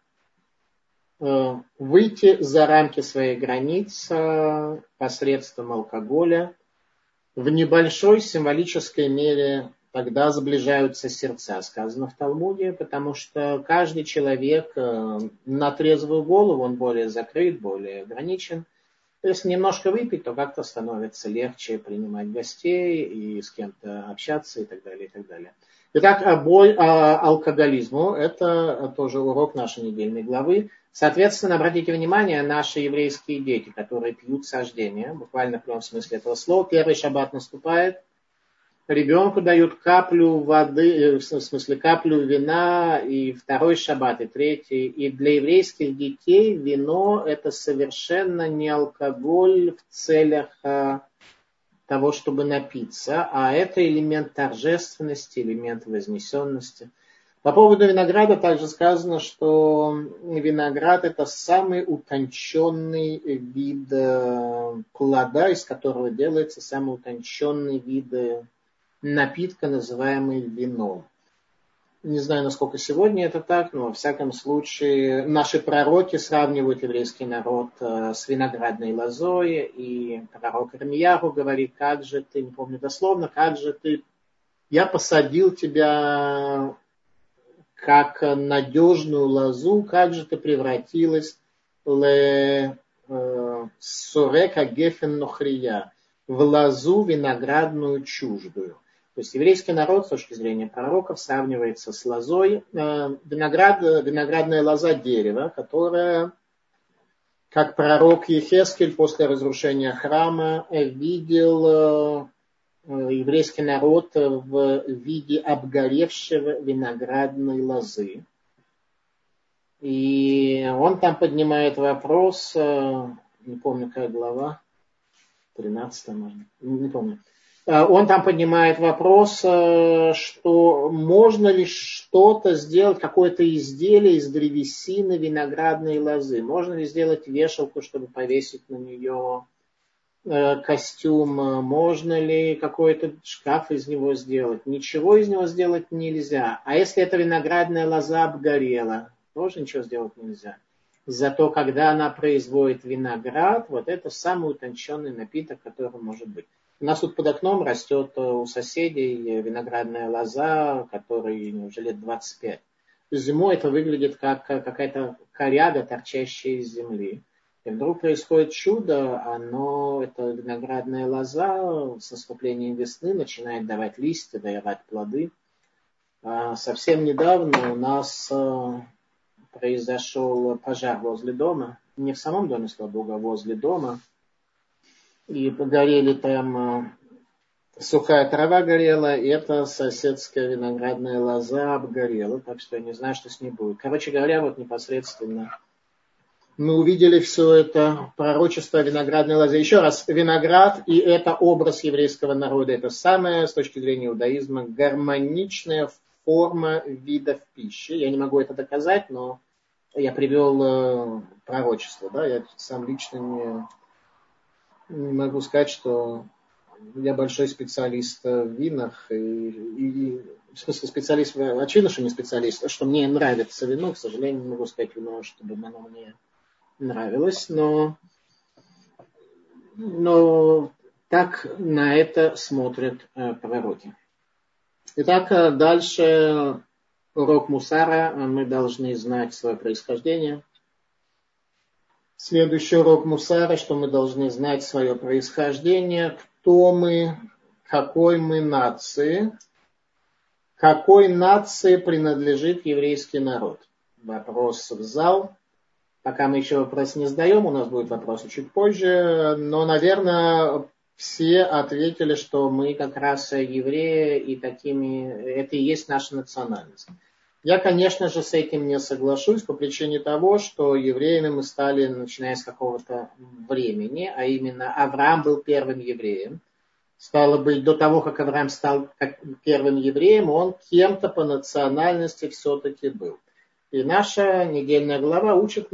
выйти за рамки своих границ посредством алкоголя в небольшой символической мере тогда сближаются сердца, сказано в Талмуде, потому что каждый человек на трезвую голову, он более закрыт, более ограничен. Если немножко выпить, то как-то становится легче принимать гостей и с кем-то общаться и так далее, и так далее. Итак, бой алкоголизму – это тоже урок нашей недельной главы. Соответственно, обратите внимание, наши еврейские дети, которые пьют сождение, буквально в прямом смысле этого слова, первый шаббат наступает, ребенку дают каплю воды, в смысле каплю вина, и второй шаббат, и третий. И для еврейских детей вино – это совершенно не алкоголь в целях того, чтобы напиться, а это элемент торжественности, элемент вознесенности. По поводу винограда также сказано, что виноград – это самый утонченный вид плода, из которого делается самый утонченный вид напитка, называемый вином. Не знаю, насколько сегодня это так, но во всяком случае наши пророки сравнивают еврейский народ с виноградной лозой, и пророк Ирмияху говорит: как же ты, не помню дословно, как же ты, я посадил тебя как надежную лозу, как же ты превратилась в сорека гефен нохрия, в лозу виноградную чуждую. То есть еврейский народ с точки зрения пророков сравнивается с лозой. Виноград, виноградная лоза дерева, которая, как пророк Ехескель после разрушения храма, видел еврейский народ в виде обгоревшего виноградной лозы. И он там поднимает вопрос, не помню, какая глава, тринадцатая, может, не помню. Он там поднимает вопрос, что можно ли что-то сделать, какое-то изделие из древесины виноградной лозы. Можно ли сделать вешалку, чтобы повесить на нее костюм. Можно ли какой-то шкаф из него сделать? Ничего из него сделать нельзя. А если эта виноградная лоза обгорела, тоже ничего сделать нельзя. Зато когда она производит виноград, вот это самый утонченный напиток, который может быть. У нас тут под окном растет у соседей виноградная лоза, которой уже лет двадцать пять. Зимой это выглядит как какая-то коряга, торчащая из земли. И вдруг происходит чудо, оно, это виноградная лоза с наступлением весны начинает давать листья, давать плоды. Совсем недавно у нас произошел пожар возле дома. Не в самом доме, слава богу, а возле дома. И погорели там, сухая трава горела, и эта соседская виноградная лоза обгорела. Так что я не знаю, что с ней будет. Короче говоря, вот непосредственно мы увидели все это пророчество виноградной лозы. Еще раз, виноград, и это образ еврейского народа. Это самая, с точки зрения иудаизма, гармоничная форма видов пищи. Я не могу это доказать, но я привел пророчество. Да? Я сам лично не... Не могу сказать, что я большой специалист в винах. И, и, в смысле, специалист, очевидно, что не специалист, что мне нравится вино. К сожалению, не могу сказать вино, чтобы оно мне нравилось. Но, но так на это смотрят пророки. Итак, дальше урок мусара. Мы должны знать свое происхождение. Следующий урок мусара, что мы должны знать свое происхождение, кто мы, какой мы нации, какой нации принадлежит еврейский народ. Вопрос в зал. Пока мы еще вопрос не задаем, у нас будет вопрос чуть позже, но, наверное, все ответили, что мы как раз евреи, и такими, это и есть наша национальность. Я, конечно же, с этим не соглашусь по причине того, что евреями мы стали, начиная с какого-то времени, а именно Авраам был первым евреем. Стало быть, до того, как Авраам стал первым евреем, он кем-то по национальности все-таки был. И наша недельная глава учит нам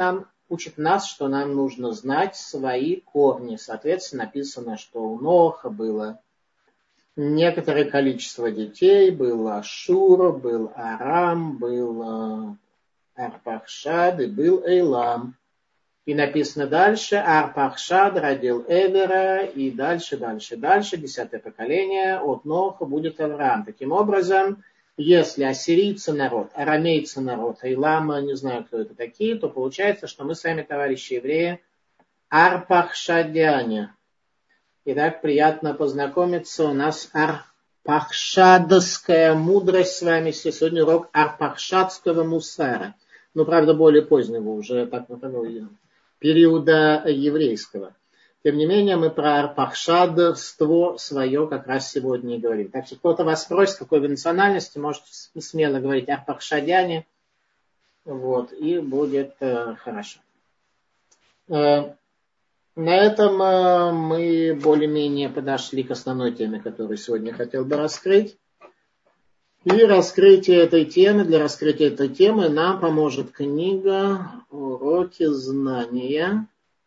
учит нас, что нам нужно знать свои корни. Соответственно, написано, что у Ноха было некоторое количество детей. Был Ашур, был Арам, был Арпахшад и был Эйлам. И написано дальше, Арпахшад родил Эвера, и дальше, дальше, дальше, десятое поколение от Ноха будет Авраам. Таким образом, если ассирийцы народ, арамейцы народ, Эйлама, не знаю, кто это такие, то получается, что мы с вами, товарищи евреи, арпахшадяне. Итак, приятно познакомиться. У нас арпахшадская мудрость с вами. Сегодня урок арпахшадского мусара. Ну, правда, более позднего, уже так, например, периода еврейского. Тем не менее, мы про арпахшадство свое как раз сегодня и говорим. Так что кто-то вас спросит, какой вы национальности, можете смело говорить арпахшадяне. Вот, и будет э, хорошо. Э, на этом э, мы более-менее подошли к основной теме, которую сегодня хотел бы раскрыть. И раскрытие этой темы, для раскрытия этой темы нам поможет книга «Уроки знания».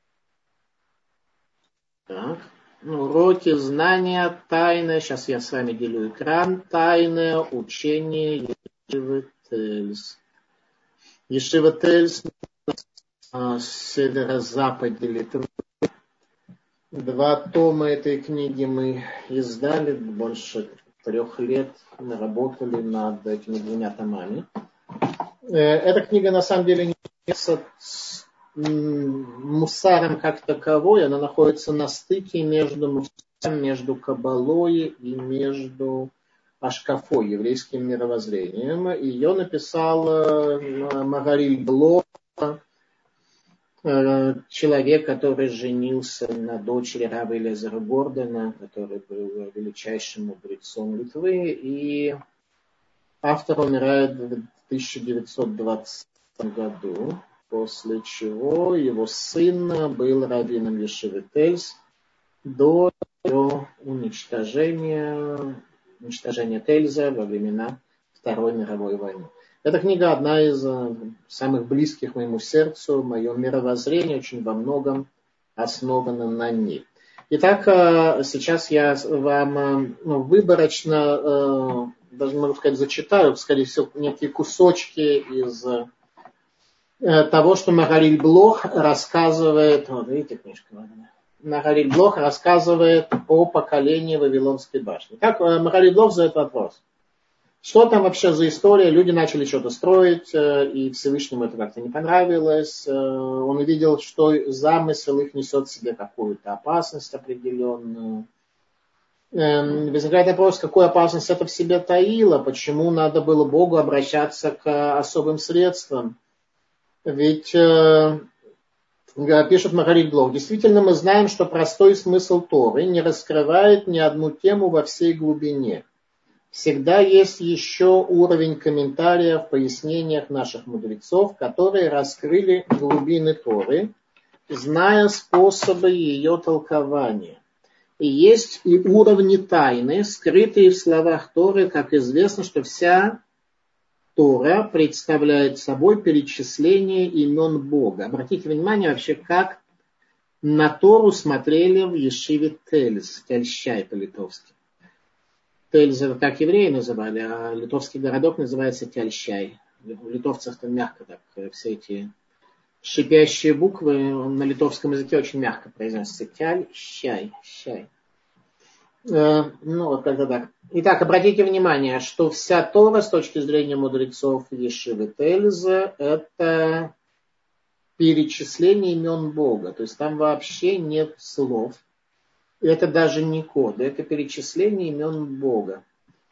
Так. Уроки знания, тайны. Сейчас я с вами делю экран. Тайное учение Ешивы Тельс. Ешива Тельс на северо-западе Литвы. Два тома этой книги мы издали. Больше трех лет мы работали над этими двумя томами. Эта книга на самом деле не является мусаром как таковой, она находится на стыке между мусаром, между кабалой и между ашкафой, еврейским мировоззрением. Ее написал Магариль Блох, человек, который женился на дочери раба Элиэзера Гордона, который был величайшим мудрецом Литвы, и автор умирает в тысяча девятьсот двадцатом году. После чего его сын был раввином Ешивы Тельс до его уничтожения, уничтожения Тельза во времена Второй мировой войны. Эта книга одна из самых близких моему сердцу, мое мировоззрение очень во многом основано на ней. Итак, сейчас я вам ну, выборочно, даже могу сказать, зачитаю, скорее всего, некие кусочки из того, что Магариль Блох рассказывает, вот видите, книжка, Магариль Блох рассказывает о поколении Вавилонской башни. Как Магариль Блох задает вопрос. Что там вообще за история? Люди начали что-то строить, и Всевышнему это как-то не понравилось. Он увидел, что замысел их несет в себе какую-то опасность определенную. Возникает вопрос, какую опасность это в себе таило, почему надо было Богу обращаться к особым средствам. Ведь, э, пишет Магариль Блох, действительно мы знаем, что простой смысл Торы не раскрывает ни одну тему во всей глубине. Всегда есть еще уровень комментариев в пояснениях наших мудрецов, которые раскрыли глубины Торы, зная способы ее толкования. И есть и уровни тайны, скрытые в словах Торы, как известно, что вся Тора представляет собой перечисление имен Бога. Обратите внимание вообще, как на Тору смотрели в Ешиве Тельс, Тельщай по-литовски. Тельс это так евреи называли, а литовский городок называется Тельщай. У литовцев-то мягко так, все эти шипящие буквы на литовском языке очень мягко произносятся. Тельщай, щай. Ну, вот как-то так. Итак, обратите внимание, что вся Тора с точки зрения мудрецов Ешивы Тельза это перечисление имен Бога. То есть там вообще нет слов. Это даже не код, это перечисление имен Бога.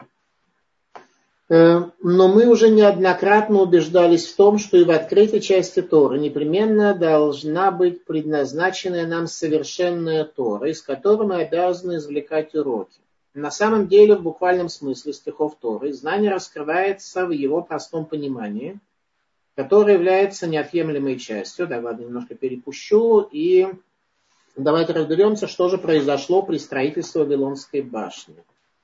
Но мы уже неоднократно убеждались в том, что и в открытой части Торы непременно должна быть предназначенная нам совершенная Тора, из которой мы обязаны извлекать уроки. На самом деле, в буквальном смысле стихов Торы, знание раскрывается в его простом понимании, которое является неотъемлемой частью. Да, ладно, немножко перепущу, и давайте разберемся, что же произошло при строительстве Вавилонской башни.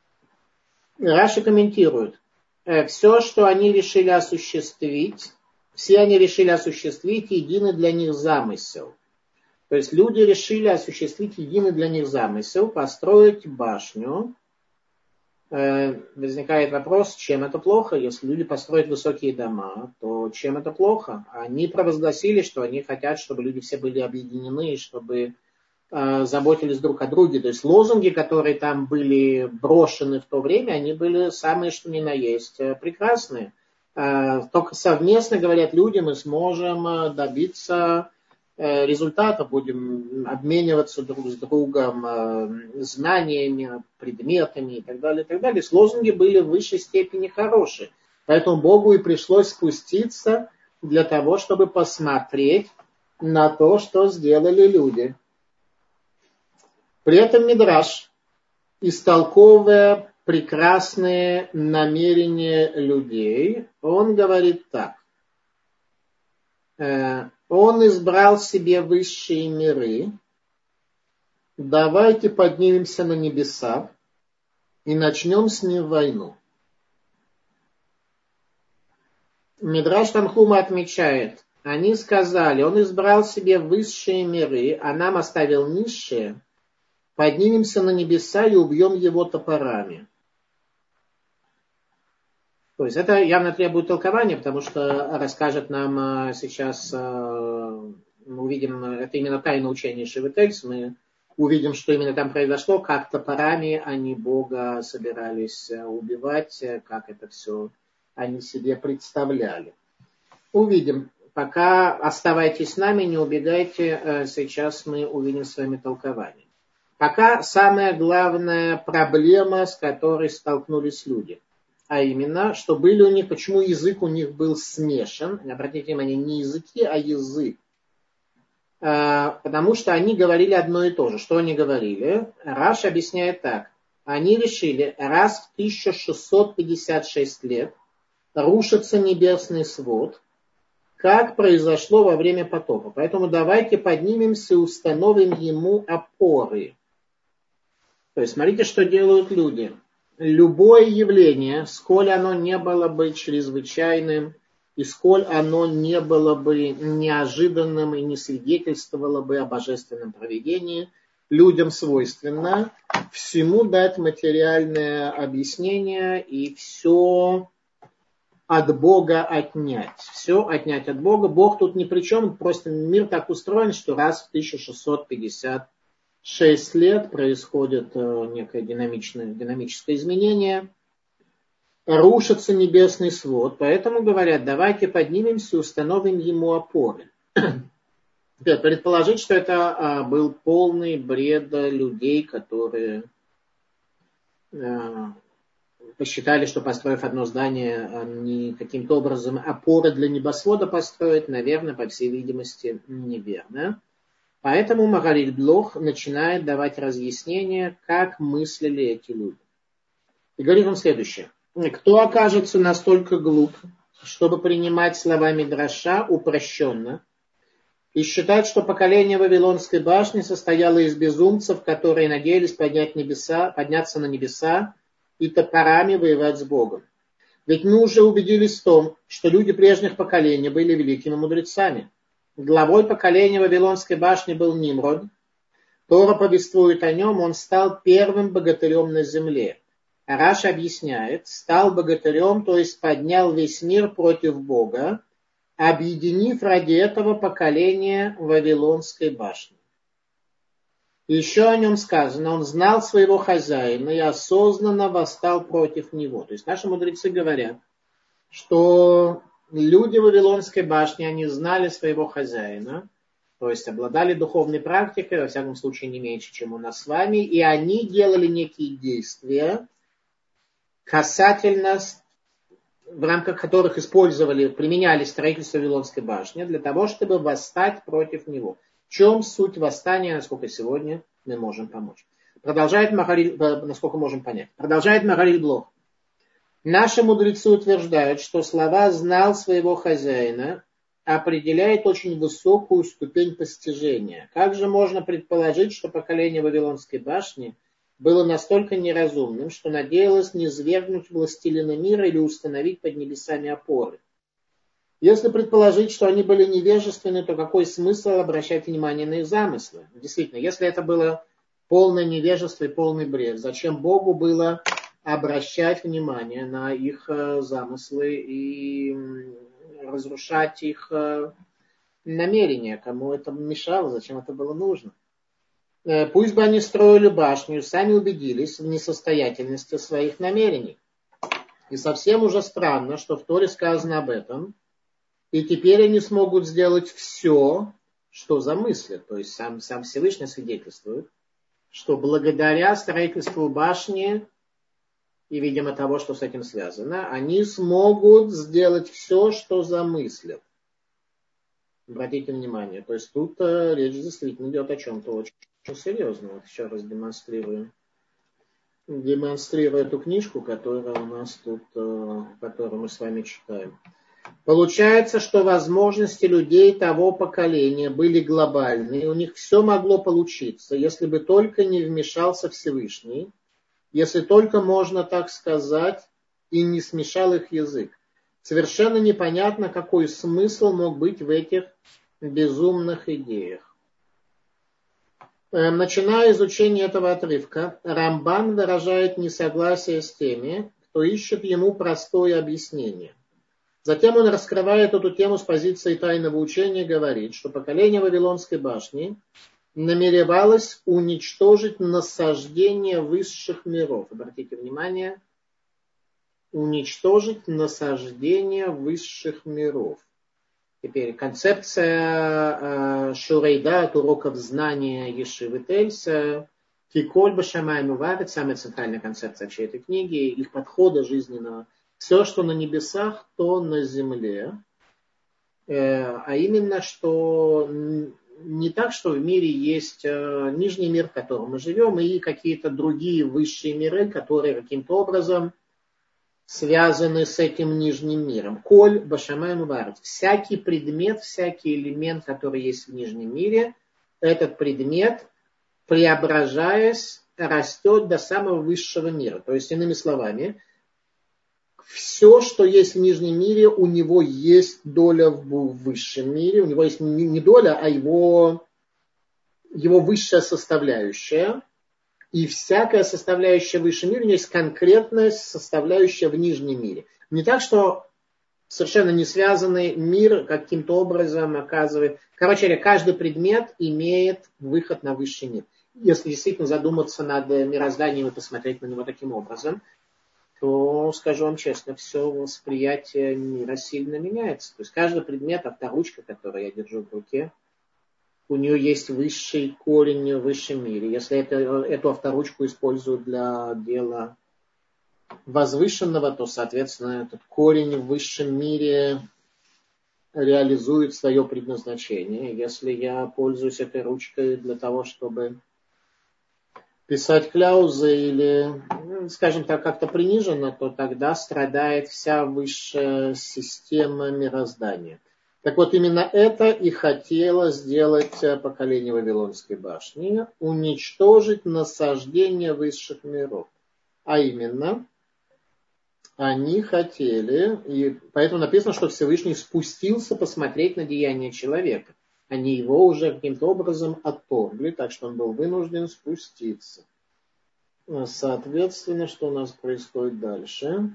Раши комментирует. Все, что они решили осуществить, Все они решили осуществить единый для них замысел. То есть люди решили осуществить единый для них замысел, построить башню. Э, возникает вопрос, чем это плохо? Если люди построят высокие дома, то чем это плохо? Они провозгласили, что они хотят, чтобы люди все были объединены, чтобы э, заботились друг о друге. То есть лозунги, которые там были брошены в то время, они были самые что ни на есть э, прекрасные. Э, только совместно, говорят люди, мы сможем добиться результата, будем обмениваться друг с другом знаниями, предметами и так далее, и так далее. Лозунги были в высшей степени хорошие. Поэтому Богу и пришлось спуститься для того, чтобы посмотреть на то, что сделали люди. При этом Мидраш, истолковывая прекрасные намерения людей, он говорит так. Он избрал себе высшие миры. Давайте поднимемся на небеса и начнем с ним войну. Мидраш Танхума отмечает, они сказали, он избрал себе высшие миры, а нам оставил низшие. Поднимемся на небеса и убьем его топорами. То есть это явно требует толкования, потому что расскажет нам сейчас, мы увидим, это именно тайное учение Шиветельс, мы увидим, что именно там произошло, как топорами они Бога собирались убивать, как это все они себе представляли. Увидим. Пока оставайтесь с нами, не убегайте, сейчас мы увидим с вами толкование. Пока самая главная проблема, с которой столкнулись люди. А именно, что были у них, почему язык у них был смешан. Обратите внимание, не языки, а язык. А, потому что они говорили одно и то же. Что они говорили? Раш объясняет так. Они решили, раз в тысяча шестьсот пятьдесят шесть лет рушится небесный свод, как произошло во время потопа. Поэтому давайте поднимемся и установим ему опоры. То есть, смотрите, что делают люди. Любое явление, сколь оно не было бы чрезвычайным, и сколь оно не было бы неожиданным и не свидетельствовало бы о божественном провидении, людям свойственно всему дать материальное объяснение и все от Бога отнять. Все отнять от Бога. Бог тут ни при чем, просто мир так устроен, что раз в тысяча шестьсот пятьдесят шесть лет происходит некое динамичное, динамическое изменение, рушится небесный свод, поэтому говорят, давайте поднимемся и установим ему опоры. Предположить, что это был полный бред людей, которые посчитали, что построив одно здание, они каким-то образом опоры для небосвода построить, наверное, по всей видимости, неверно. Поэтому Магариль Блох начинает давать разъяснения, как мыслили эти люди. И говорит он следующее. Кто окажется настолько глуп, чтобы принимать слова Мидраша упрощенно и считать, что поколение Вавилонской башни состояло из безумцев, которые надеялись поднять небеса, подняться на небеса и топорами воевать с Богом. Ведь мы уже убедились в том, что люди прежних поколений были великими мудрецами. Главой поколения Вавилонской башни был Нимрод. Тора повествует о нем, он стал первым богатырем на земле. А Раш объясняет, стал богатырем, то есть поднял весь мир против Бога, объединив ради этого поколение Вавилонской башни. Еще о нем сказано, он знал своего хозяина и осознанно восстал против него. То есть наши мудрецы говорят, что люди Вавилонской башни, они знали своего хозяина, то есть обладали духовной практикой, во всяком случае не меньше, чем у нас с вами, и они делали некие действия, касательно, в рамках которых использовали, применяли строительство Вавилонской башни для того, чтобы восстать против него. В чем суть восстания, насколько сегодня мы можем помочь? Продолжает Магариль, насколько можем понять. Продолжает Магариль Блох. Наши мудрецы утверждают, что слова «знал своего хозяина» определяет очень высокую ступень постижения. Как же можно предположить, что поколение Вавилонской башни было настолько неразумным, что надеялось низвергнуть властелина мира или установить под небесами опоры? Если предположить, что они были невежественны, то какой смысл обращать внимание на их замыслы? Действительно, если это было полное невежество и полный бред, зачем Богу было обращать внимание на их замыслы и разрушать их намерения? Кому это мешало, зачем это было нужно? Пусть бы они строили башню, сами убедились в несостоятельности своих намерений. И совсем уже странно, что в Торе сказано об этом, и теперь они смогут сделать все, что замыслят. То есть сам, сам Всевышний свидетельствует, что благодаря строительству башни и, видимо, того, что с этим связано, они смогут сделать все, что замыслят. Обратите внимание, то есть тут э, речь действительно идет о чем-то очень, очень серьезном. Вот еще раз демонстрирую. Демонстрирую эту книжку, которая у нас тут, э, которую мы с вами читаем. Получается, что возможности людей того поколения были глобальные, у них все могло получиться, если бы только не вмешался Всевышний, если только можно так сказать, и не смешал их язык. Совершенно непонятно, какой смысл мог быть в этих безумных идеях. Начиная изучение этого отрывка, Рамбан выражает несогласие с теми, кто ищет ему простое объяснение. Затем он раскрывает эту тему с позиции тайного учения и говорит, что поколение Вавилонской башни намеревалось уничтожить насаждение высших миров. Обратите внимание, уничтожить насаждение высших миров. Теперь концепция э, Шурейда от уроков знания Ешивы Тельса, Киколь Башамай Мувавит, самая центральная концепция всей этой книги, их подхода жизненного. Все, что на небесах, то на земле. Э, а именно, что не так, что в мире есть э, нижний мир, в котором мы живем, и какие-то другие высшие миры, которые каким-то образом связаны с этим нижним миром. Коль башамай муварет. Всякий предмет, всякий элемент, который есть в нижнем мире, этот предмет, преображаясь, растет до самого высшего мира. То есть, иными словами, все, что есть в нижнем мире, у него есть доля в высшем мире. У него есть не доля, а его, его высшая составляющая. И всякая составляющая в высшем мире, у нее есть конкретная составляющая в нижнем мире. Не так, что совершенно не связанный мир каким-то образом оказывает. Короче говоря, каждый предмет имеет выход на высший мир. Если действительно задуматься над мирозданием и посмотреть на него таким образом, то, скажу вам честно, все восприятие мира сильно меняется. То есть каждый предмет, авторучка, которую я держу в руке, у нее есть высший корень в высшем мире. Если это, эту авторучку используют для дела возвышенного, то, соответственно, этот корень в высшем мире реализует свое предназначение. Если я пользуюсь этой ручкой для того, чтобы писать кляузы или, скажем так, как-то приниженно, то тогда страдает вся высшая система мироздания. Так вот, именно это и хотело сделать поколение Вавилонской башни, уничтожить насаждение высших миров. А именно, они хотели, и поэтому написано, что Всевышний спустился посмотреть на деяния человека. Они его уже каким-то образом отторгли, так что он был вынужден спуститься. Соответственно, что у нас происходит дальше?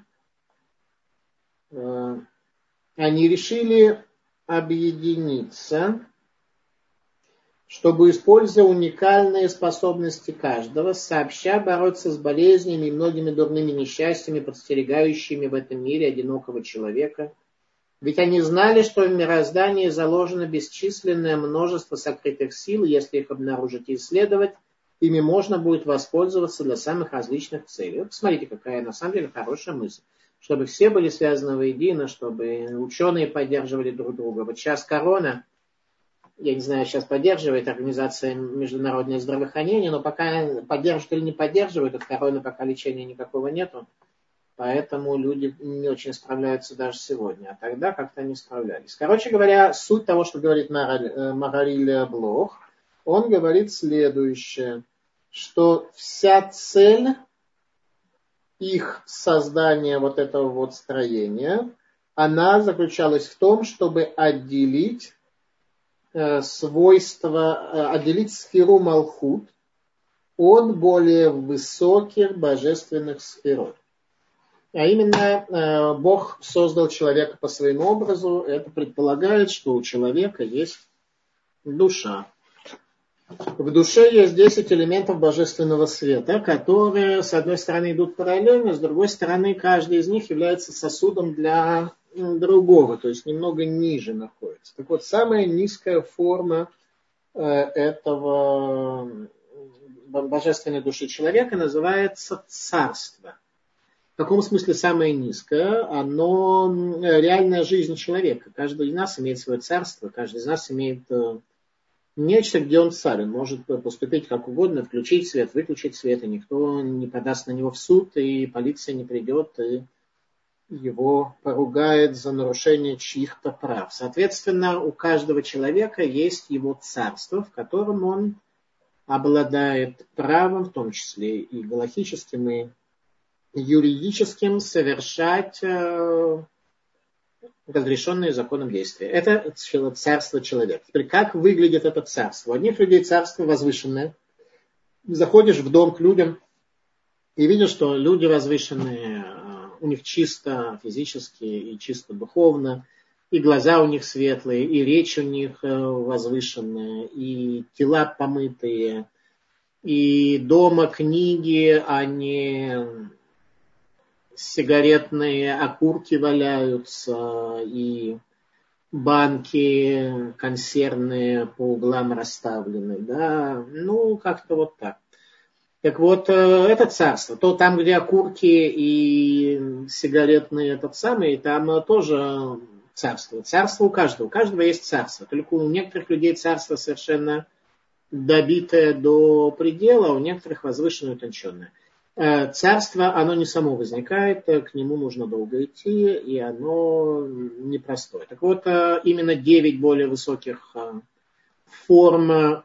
Они решили объединиться, чтобы, используя уникальные способности каждого, сообща бороться с болезнями и многими дурными несчастьями, подстерегающими в этом мире одинокого человека. Ведь они знали, что в мироздании заложено бесчисленное множество сокрытых сил, и если их обнаружить и исследовать, ими можно будет воспользоваться для самых различных целей. Вот посмотрите, какая на самом деле хорошая мысль. Чтобы все были связаны воедино, чтобы ученые поддерживали друг друга. Вот сейчас корона, я не знаю, сейчас поддерживает Организация международного здравоохранения, но пока поддерживают или не поддерживают, от короны пока лечения никакого нету. Поэтому люди не очень справляются даже сегодня. А тогда как-то не справлялись. Короче говоря, суть того, что говорит Магариль Блох, он говорит следующее, что вся цель их создания вот этого вот строения она заключалась в том, чтобы отделить э, свойства, э, отделить сферу Малхут от более высоких божественных сферот. А именно, э, Бог создал человека по своему образу. Это предполагает, что у человека есть душа. В душе есть десять элементов божественного света, которые, с одной стороны, идут параллельно, с другой стороны, каждый из них является сосудом для другого, то есть немного ниже находится. Так вот, самая низкая форма э, этого божественной души человека называется царство. В каком смысле самое низкое? Оно реальная жизнь человека. Каждый из нас имеет свое царство, каждый из нас имеет нечто, где он царь. Он может поступить как угодно, включить свет, выключить свет, и никто не подаст на него в суд, и полиция не придет, и его поругает за нарушение чьих-то прав. Соответственно, у каждого человека есть его царство, в котором он обладает правом, в том числе и галахическим, и юридическим, совершать э, разрешенные законом действия. Это царство человека. Теперь, как выглядит это царство? У одних людей царство возвышенное. Заходишь в дом к людям и видишь, что люди возвышенные, у них чисто физически и чисто духовно, и глаза у них светлые, и речь у них возвышенная, и тела помытые, и дома книги, а не сигаретные окурки валяются, и банки консервные по углам расставлены. Да? Ну, как-то вот так. Так вот, это царство. То там, где окурки и сигаретные этот самый, там тоже царство. Царство у каждого. У каждого есть царство. Только у некоторых людей царство совершенно добитое до предела, а у некоторых возвышенное и утонченное. Царство, оно не само возникает, к нему нужно долго идти, и оно непростое. Так вот, именно девять более высоких форм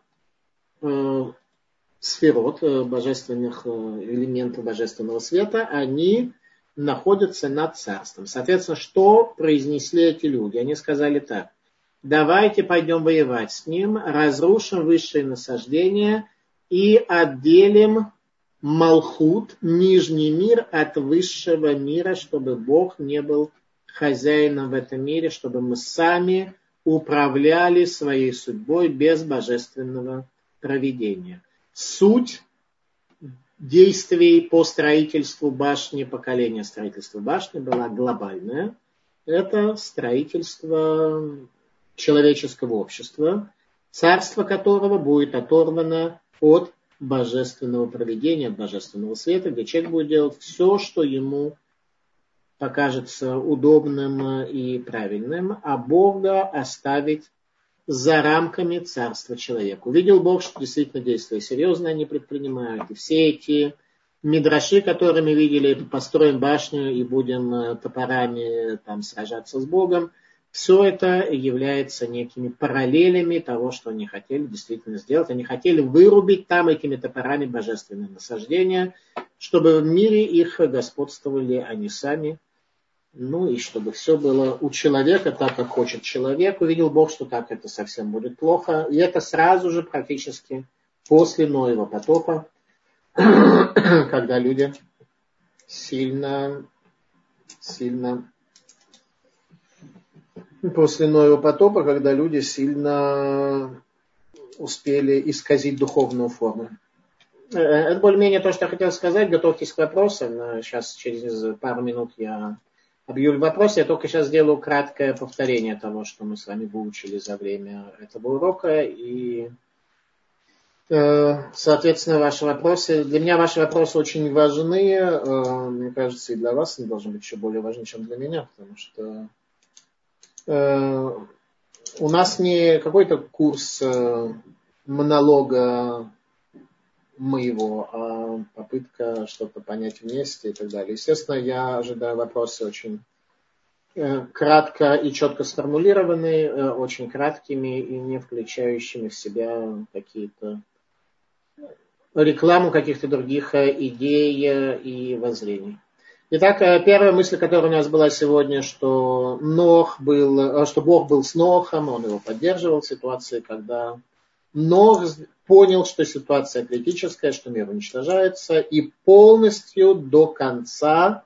сферот, божественных элементов божественного света, они находятся над царством. Соответственно, что произнесли эти люди? Они сказали так: давайте пойдем воевать с ним, разрушим высшие насаждения и отделим Малхут, нижний мир, от высшего мира, чтобы Бог не был хозяином в этом мире, чтобы мы сами управляли своей судьбой без божественного провидения. Суть действий по строительству башни, поколения строительства башни была глобальная. Это строительство человеческого общества, царство которого будет оторвано от божественного провидения, от божественного света, где человек будет делать все, что ему покажется удобным и правильным, а Бога оставить за рамками царства человека. Увидел Бог, что действительно действия серьезные они предпринимают. И все эти мидраши, которые мы видели, построим башню и будем топорами там сражаться с Богом, все это является некими параллелями того, что они хотели действительно сделать. Они хотели вырубить там этими топорами божественные насаждения, чтобы в мире их господствовали они сами. Ну и чтобы все было у человека так, как хочет человек. Увидел Бог, что так это совсем будет плохо. И это сразу же практически после Ноева потопа, когда люди сильно, сильно... После Ноева потопа, когда люди сильно успели исказить духовную форму. Это более-менее то, что я хотел сказать. Готовьтесь к вопросам. Сейчас через пару минут я объявлю вопросы. Я только сейчас сделаю краткое повторение того, что мы с вами выучили за время этого урока. И, соответственно, ваши вопросы. Для меня ваши вопросы очень важны. Мне кажется, и для вас они должны быть еще более важны, чем для меня, потому что у нас не какой-то курс монолога моего, а попытка что-то понять вместе и так далее. Естественно, я ожидаю вопросы очень кратко и четко сформулированные, очень краткими и не включающими в себя какие-то рекламу каких-то других идей и воззрений. Итак, первая мысль, которая у нас была сегодня, что Нох был, что Бог был с Нохом, он его поддерживал в ситуации, когда Нох понял, что ситуация критическая, что мир уничтожается, и полностью до конца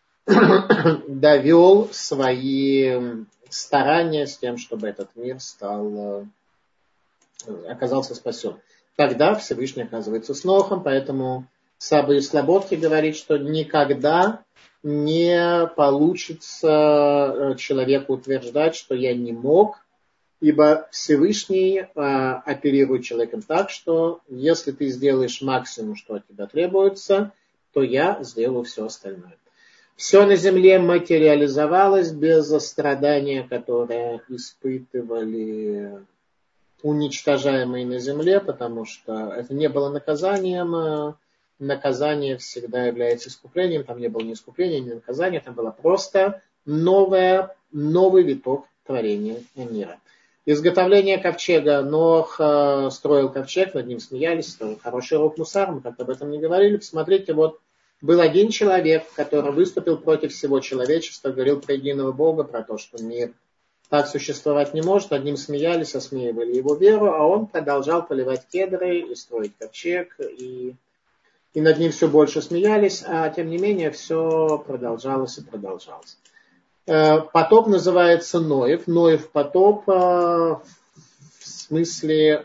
довел свои старания с тем, чтобы этот мир стал, оказался спасен. Тогда Всевышний оказывается с Нохом, поэтому Саба из Слободки говорит, что никогда не получится человеку утверждать, что я не мог, ибо Всевышний э, оперирует человеком так, что если ты сделаешь максимум, что от тебя требуется, то я сделаю все остальное. Все на земле материализовалось без страдания, которое испытывали уничтожаемые на земле, потому что это не было наказанием. Наказание всегда является искуплением. Там не было ни искупления, ни наказания. Там было просто новое, новый виток творения мира. Изготовление ковчега. Нох строил ковчег, над ним смеялись. Хороший урок мусар, мы как-то об этом не говорили. Посмотрите, вот был один человек, который выступил против всего человечества, говорил про единого Бога, про то, что мир так существовать не может. Над ним смеялись, осмеивали его веру, а он продолжал поливать кедры и строить ковчег, и, и над ним все больше смеялись, а тем не менее все продолжалось и продолжалось. Потоп называется Ноев. Ноев потоп в смысле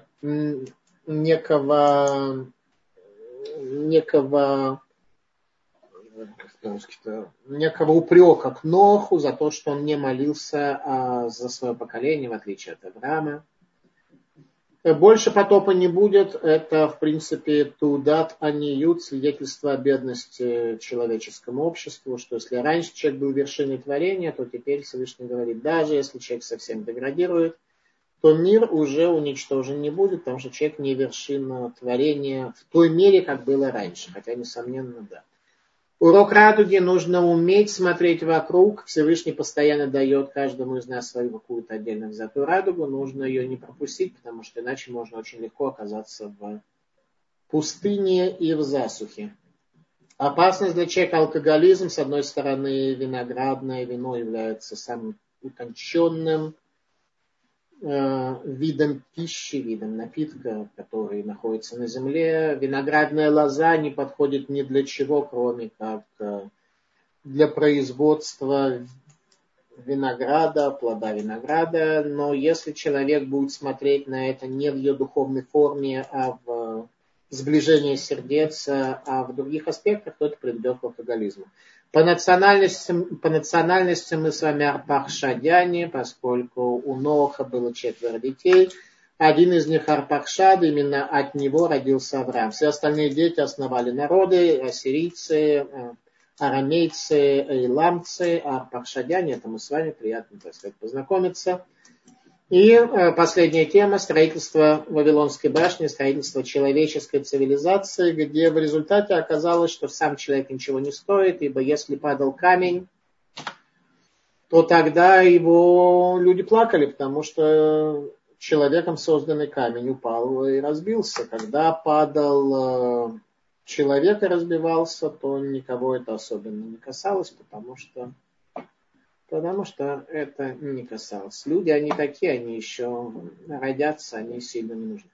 некого, некого, некого упрека к Ноху за то, что он не молился а, за свое поколение, в отличие от Авраама. Больше потопа не будет. Это, в принципе, тудат аниют, свидетельство о бедности человеческому обществу, что если раньше человек был вершиной творения, то теперь Всевышний говорит, даже если человек совсем деградирует, то мир уже уничтожен не будет, потому что человек не вершина творения в той мере, как было раньше. Хотя, несомненно, да. Урок радуги: нужно уметь смотреть вокруг. Всевышний постоянно дает каждому из нас свою какую-то отдельно взятую радугу. Нужно ее не пропустить, потому что иначе можно очень легко оказаться в пустыне и в засухе. Опасность для человека — алкоголизм. С одной стороны, виноградное вино является самым утонченным э, видом пищи, видом напитка, который находится на земле. Виноградная лоза не подходит ни для чего, кроме как э, для производства винограда, плода винограда. Но если человек будет смотреть на это не в ее духовной форме, а в сближении сердец, а в других аспектах, то это приведет к алкоголизму. По национальности, по национальности мы с вами арпахшадяне, поскольку у Ноха было четверо детей. Один из них Арпахшад, именно от него родился Авраам. Все остальные дети основали народы: ассирийцы, арамейцы, иламцы, арпахшадяне. Это мы с вами, приятно, так сказать, познакомиться. И последняя тема — строительство Вавилонской башни, строительство человеческой цивилизации, где в результате оказалось, что сам человек ничего не стоит, ибо если падал камень, то тогда его люди плакали, потому что человеком созданный камень упал и разбился. Когда падал человек и разбивался, то никого это особенно не касалось, потому что Потому что это не касалось. Люди, они такие, они еще родятся, они сильно не нужны.